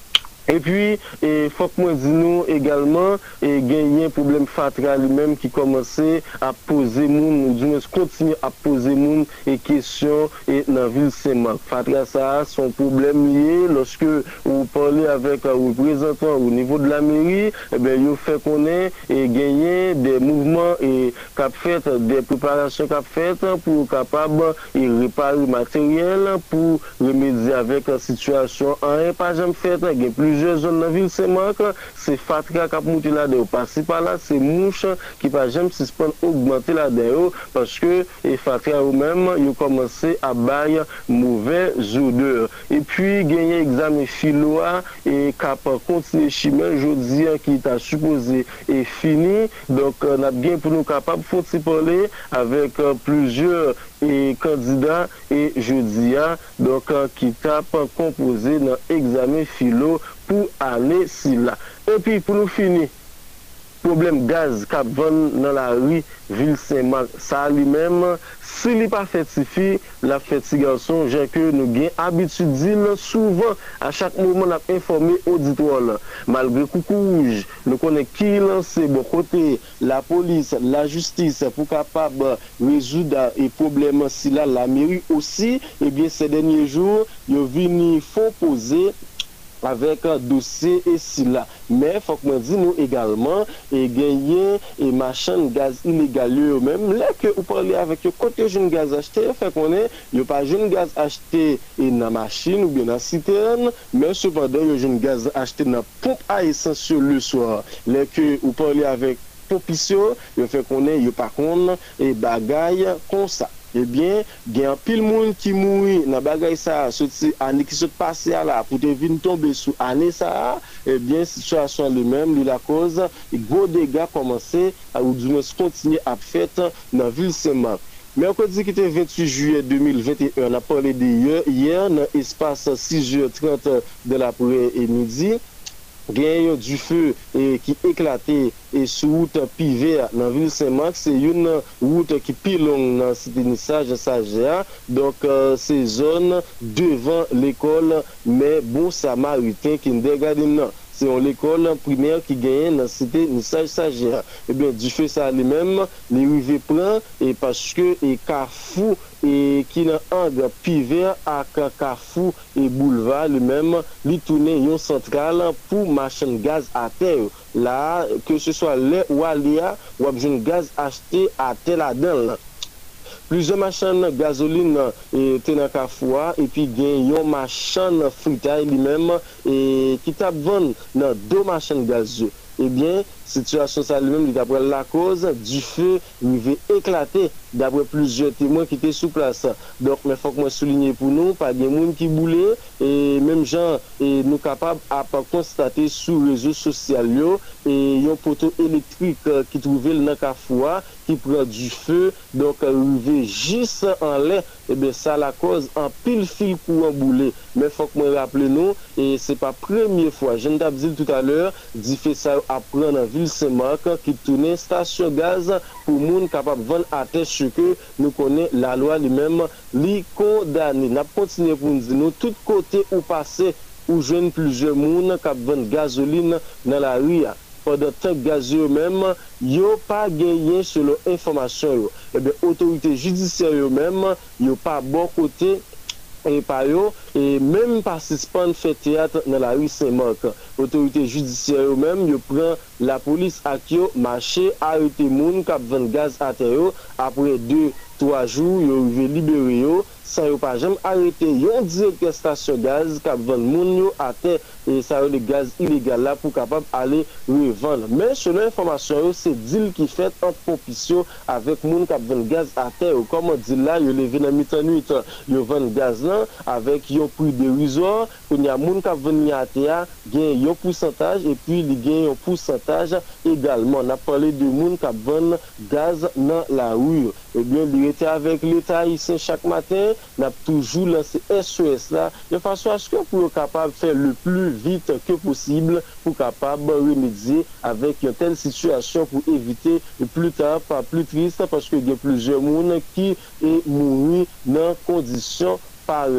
Et puis, il faut que moi dise nous également, gagner un problème Fatra lui-même qui commençait à poser moun, ou du moins continue à poser moun et questions et dans la ville Saint-Marc. Fatra ça, son problème lié lorsque vous parlez avec un représentant au niveau de la mairie, eh bien, il fait qu'on ait gagné des mouvements et qu'a fait des préparations qu'a fait pour capable et réparer le matériel pour remédier avec la situation. En pas jamais fait, il y a plusieurs zones dans la ville Saint-Marc, c'est Fatra qui a monté là-dedans. Passer par là, c'est mouche qui pas jamais suspendre augmenter là-dedans parce que Fatra eux-mêmes, ils ont commencé à bailler mauvais odeur. Et puis, gagner examen philo et cap continuer chimie, jeudi qui est supposé et fini. Donc, on a bien pour nous capables de parler avec plusieurs candidats et jeudi donc qui tapent composé dans l'examen philo pour aller si là. Et puis, pour nous finir, problème gaz qui vend dans la rue ville Saint-Marc, ça lui-même, s'il n'est pas fait la fête garçon, j'ai que nous avons habitude de dire souvent, à chaque moment, on a informé auditoire. Malgré coucou rouge, nous connaissons qui lance bon côté, la police, la justice, pour capable résoudre les problèmes si là, la mairie aussi, et bien ces derniers jours, ils ont venu faut poser avec un dossier et si là. Mais il faut que nous disions également et gagner et machin gaz illégal eux-mêmes. Là que vous parlez avec le côté jeune gaz acheté, fait qu'on est, il n'y a pas jeune gaz acheté dans la machine ou bien dans la citerne, mais cependant, il y a jeune gaz acheté dans la pompe à essence le soir. Là que vous parlez avec Popicio, il fait qu'on est, il n'y a pas contre et bagaille comme ça. Eh bien, il y a un pile monde qui mourit dans bagay ça, année qui se passe là pour te venir tomber sous année ça, eh bien situation lui-même, la cause, et gros dégâts commencé ou du moins continuer à faire dans la ville Saint-Marc. Mercredi qui était 28 juillet 2021, on a parlé de hier dans l'espace 6h30 de l'après-midi. Gagne du feu qui éclaté et sur route Pivet dans la ville Saint-Marc, c'est une route qui est longue dans cette initiage Sagea. Donc c'est zone devant l'école mais bon samaritain qui ne dégarde non. C'est l'école primaire qui gagne dans la cité Nissage Sagea. Et bien du fait ça lui-même, les rivets prend et parce que et Carrefour et qui dans angle Pivet à Carrefour et boulevard lui-même, lui tourner une centrale pour machine gaz à terre. Là, que ce soit lait ou alia, ou besoin gaz acheté à terre là-dedans. Plusieurs machines gasoline étaient dans Carrefour et puis il y a une machine fritaille lui-même et qui t'a vendu dans deux machines gaz. Eh bien, situation ça lui-même, d'après la cause du feu, il va éclater d'après plusieurs témoins qui étaient sur place. Donc, il faut que moi souligner pour nous, pas des gens qui boulaient et même gens et nous capables à constater sur les réseaux sociaux et un poteau électrique qui trouvait dans Carrefour qui prend du feu, donc arrivé juste en l'air. Et bien ça la cause en pile fil courant boulé. Mais il faut que moi rappelle nous et c'est pas première fois. Je ne dit tout à l'heure, dit fait ça à prendre en ville Saint-Marc qui tournait station gaz pour monde capable de vendre à terre ce que nous connaissons la loi lui-même li condamné. N'a continué pour nous dire nous tout côté où passer où jeune plusieurs monde qui vendent gasoline dans la rue. Pendant tant que gazeux même, yo pas gagné selon information. Et bien, autorité judiciaire même, yo pas bon côté et pas yo et même participant fait théâtre dans la rue Saint-Marc. Autorité judiciaire même, yo prend la police à qui marché arrêter moun qui vend gaz à terre après 2-3 jours, yo libéré yo sans yo pas jamais arrêté yon directeur station gaz qui vend moun yo à terre et ça le gaz illégal là pour capable aller revendre. Mais selon l'information c'est deal qui fait entre Popicio avec moun qui vend gaz à terre comme dit là yo levé dans mi-temps nuit yo vend gaz là avec un prix dérisoire il y a moun qui vend à terre gagne un pourcentage et puis il gagne un pourcentage également. On a parlé de moun qui vend gaz dans la rue. Et bien il était avec l'État ici chaque matin, n'a toujours lancé SOS là de façon à ce que pour être capable de faire le plus vite que possible pour capable remédier avec une telle situation pour éviter plus tard pas plus triste parce que il y a plusieurs monde qui est mouru dans conditions pareilles.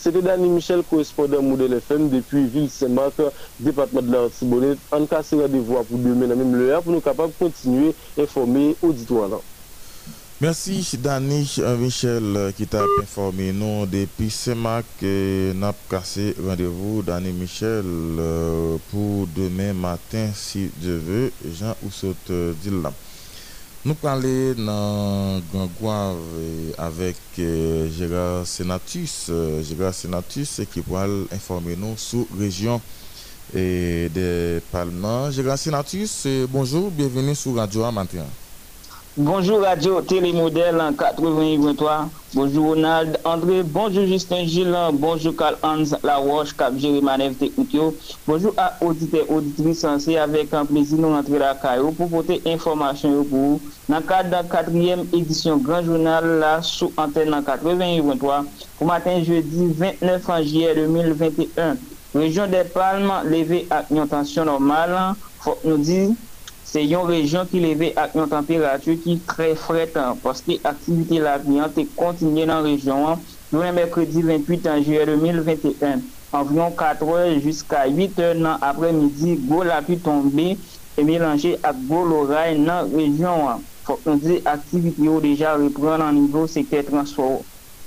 C'était Danny Michel, correspondant Modèle FM depuis Ville Saint-Marc, département de la Haute-Tibonite. On casse rendez-vous pour demain, même l'heure, pour nous capables de continuer à informer l'auditoire. Merci Danny Michel qui t'a informé nous depuis Saint-Marc. N'a pas cassé rendez-vous Danny Michel pour demain matin si Dieu veut. Jean Oussaute dit là. Nous parlons dans Gangouave avec Gérard Senatus. Gérard Senatus qui pourra informer nous sur la région des Palmes. Gérard Senatus, bonjour, bienvenue sur Radio Matin. Bonjour Radio Télémodèle en 88.3. Bonjour Ronald André. Bonjour Justin Gilles. Bonjour Carl Hans Laroche, Cap Géry Manève Technique. Bonjour à auditeurs auditrices censés avec un plaisir nous rentrer la caillou pour porter information pour vous. Dans le cadre de la 4e édition Grand Journal là sous antenne en 88.3 pour matin jeudi 29 juillet 2021. Région des Palmes levée à une tension normale. Faut nous dire c'est une région qui levée à une température qui est très frette parce que l'activité la cliente est continuée dans la région. Le mercredi 28 juillet 2021, environ 4 heures jusqu'à 8 heures dans l'après-midi, gros la pluie tombée et mélangé avec gros l'oreille dans la région. Faut nous dire l'activité déjà reprendre en niveau secteur transport.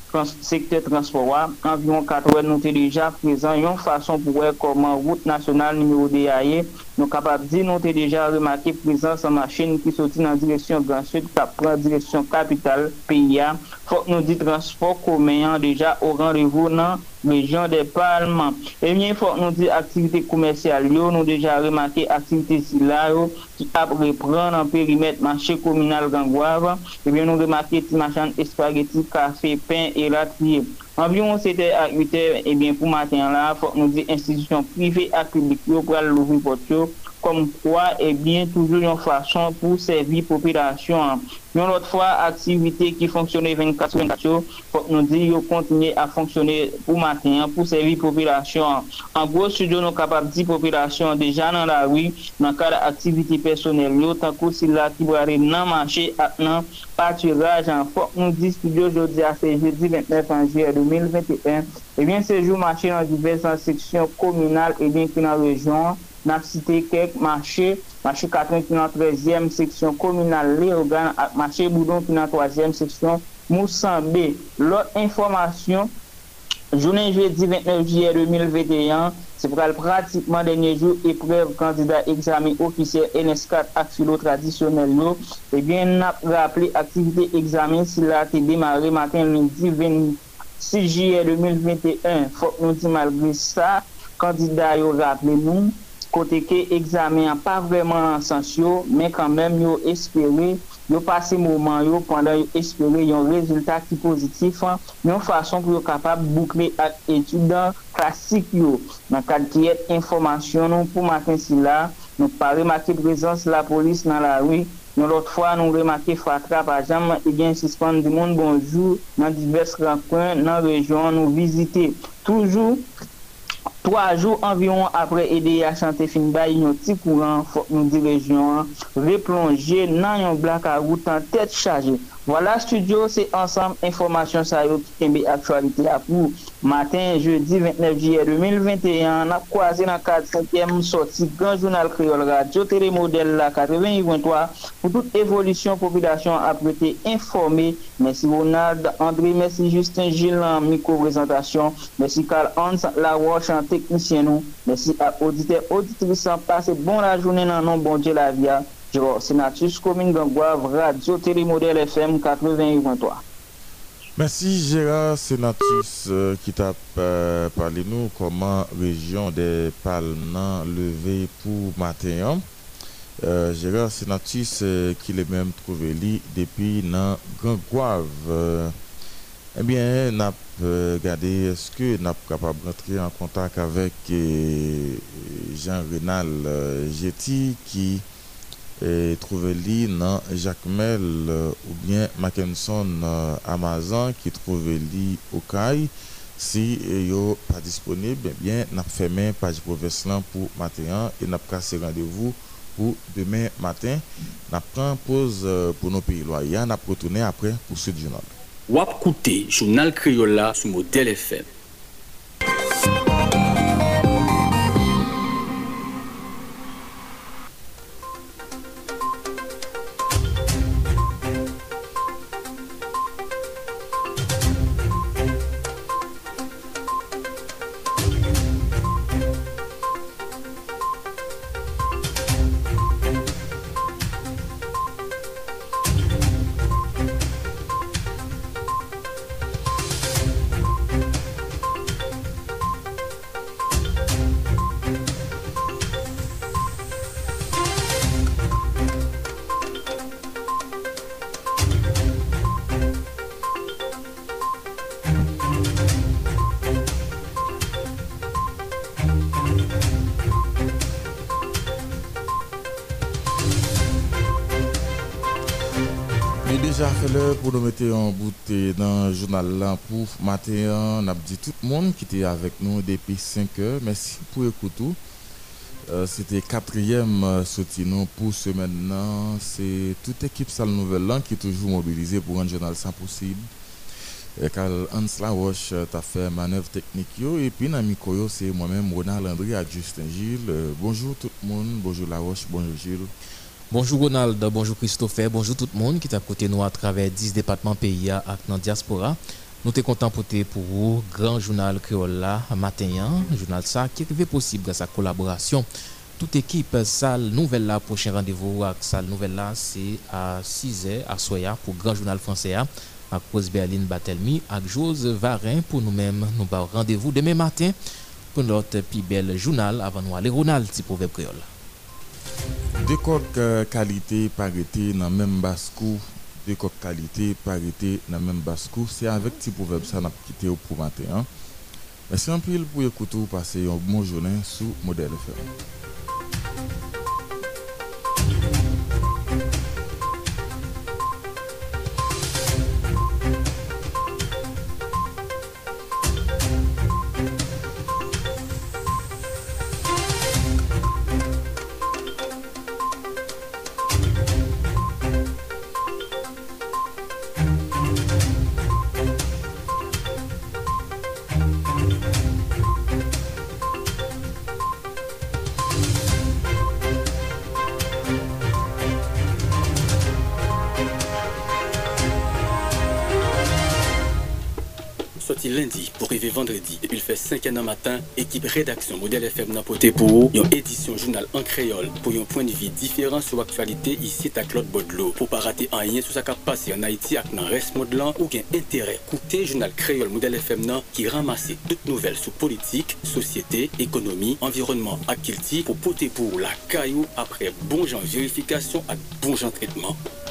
Environ 4 heures, nous sommes déjà présents. Une façon pour voir comment route nationale numéro DAE, nous sommes capables de dire nous avons déjà remarqué présence en machine qui sortit dans la direction Grand Sud, qui prend direction capitale, PIA. Faut que nous disions transport commun déjà au rendez-vous dans la région des Palmes. Et bien, il faut que nous disions activité commerciale. Nous avons déjà remarqué activité qui a reprendre en périmètre marché communal Gangouave. Et bien, nous avons remarqué des machines spaghetti, café, pain et latrier. Environ c'était à 8 heures, et bien pour matin là, il faut nous dire institutions privées et publiques pour l'ouvrir porte comme quoi, et bien toujours une façon pour servir la population. Une autre fois, activité qui fonctionnait 24/24, il faut nous dire continuer à fonctionner pour matin, pour servir la population. En gros, studio, nous sommes capables de dire population déjà dans la rue, dans le cadre d'activité personnelle, tant que si là qui va aller dans le marché, dans le pâturage, il faut nous dire studio aujourd'hui à ce jeudi 29 juillet 2021. Et bien, ce jour marché dans diverses sections communales et bien qui dans la région. Nous avons cité quelques marchés, marché 80 qui est dans la 13e section communale Léogane, et marché Boudon qui est dans la 3e section Moussambé. L'autre information, journée jeudi 29 juillet 2021, c'est pour pratiquement dernier jour épreuve candidat examen officiel NS4 avec philo traditionnel. Et bien, nous avons rappelé activité examen si la été démarré matin lundi 26 juillet 2021. Faut nous dire malgré ça, candidat yo rappelé nous côté que examen n'a pas vraiment en sens mais quand même yo espérer yo passer moment yo pendant yo espérer un résultat qui positif une façon pour yo capable boucler avec étudiant classique yo dans cadre qui est information nous pour matin si là nous pas remarquer présence la police dans la rue. L'autre fois, nous remarquons Fatra, par exemple, et bien suspend du monde bonjour dans diverses rencontres dans la région, nous visiter. Toujours 3 jours environ après aider à chanter fin bail un petit courant faut nous dirigeons replonger dans un black à route en tête chargée. Voilà studio, c'est ensemble information ça yo qui tombe actualité à pour matin jeudi 29 juillet 2021 on a croisé dans 4e sortie Grand Journal Créole Radio Télémodèle la 88.3 pour toute évolution population a été informée. Merci Ronald André, merci Justin Gilles en micro-présentation, merci Carl Hans Laroche en technicien nous, merci à auditeurs auditrices en passe bon la journée dans nom bon Dieu la vie. Gérard Senatus, commune Gangouave, Radio Télémodèle FM 88.3. Merci Gérard Senatus qui t'a parlé nous comment région des Palmes levé pour matin. Gérard Senatus qui est même trouvé lui depuis dans Gangouave. Eh bien, n'a regardé est-ce que n'a capable d'entrer en contact avec Jean-Renal Jetty qui trouvé lui dans Jacmel ou bien Mackinson Amazon qui trouvé lui au CAI. Si yo pas disponible, eh bien n'a fermé page professionnelle pour matin et n'a cassé rendez-vous pour demain matin. N'a prend pause pour nos pays loyaux, n'a retourner après pour ce journal. Wap koute journal Créole sur Modèle FM. déjà fait l'heure pour nous mettre en bouteille dans le journal là pour matin. On a dit tout le monde qui était avec nous depuis 5 heures. Merci pour écouter. C'était 4e sortie pour ce maintenant. C'est toute équipe Salle Nouvelle là qui est toujours mobilisée pour rendre le journal ça possible. Car Hans Laroche t'a fait manœuvre technique et puis dans micro c'est moi-même Ronald André à Justin Gilles. Bonjour tout le monde, bonjour Laroche, bonjour Gilles. Bonjour Ronald, bonjour Christopher, bonjour tout le monde qui t'a côté nous à travers 10 départements pays à dans diaspora. Nous sommes contents pour vous, grand journal créole là matin, journal ça qui est possible grâce à la collaboration. Toute équipe Salle Nouvelle là, prochain rendez-vous avec Salle Nouvelle là, c'est à 6h à Soya pour grand journal français à cause Berlin Batelmi avec Jose Varin pour nous-mêmes. Nous avons rendez-vous demain matin pour notre plus bel journal avant nous aller Ronald petit proverbe créole. Deux coques qualité parité dans même bascou, deux coques qualité parité dans même bascou, c'est avec petit proverbe ça n'a quitté pour matin. Hein? Merci un peu pour écouter passer un bon journée sous Modèle FM. Sorti lundi pour arriver vendredi. Depuis le fait 5h du matin, équipe rédaction Modèle FM n'a porté pour une édition journal en créole pour un point de vue différent sur l'actualité ici à Claude Baudelot. Pour pas rater rien sur ce qui a passé en Haïti avec dans reste modelant ou gain intérêt. Écoutez journal créole Modèle FM qui ramasse toutes nouvelles sur politique, société, économie, environnement, activité pour porter pour la caillou après bon genre vérification et bon genre traitement.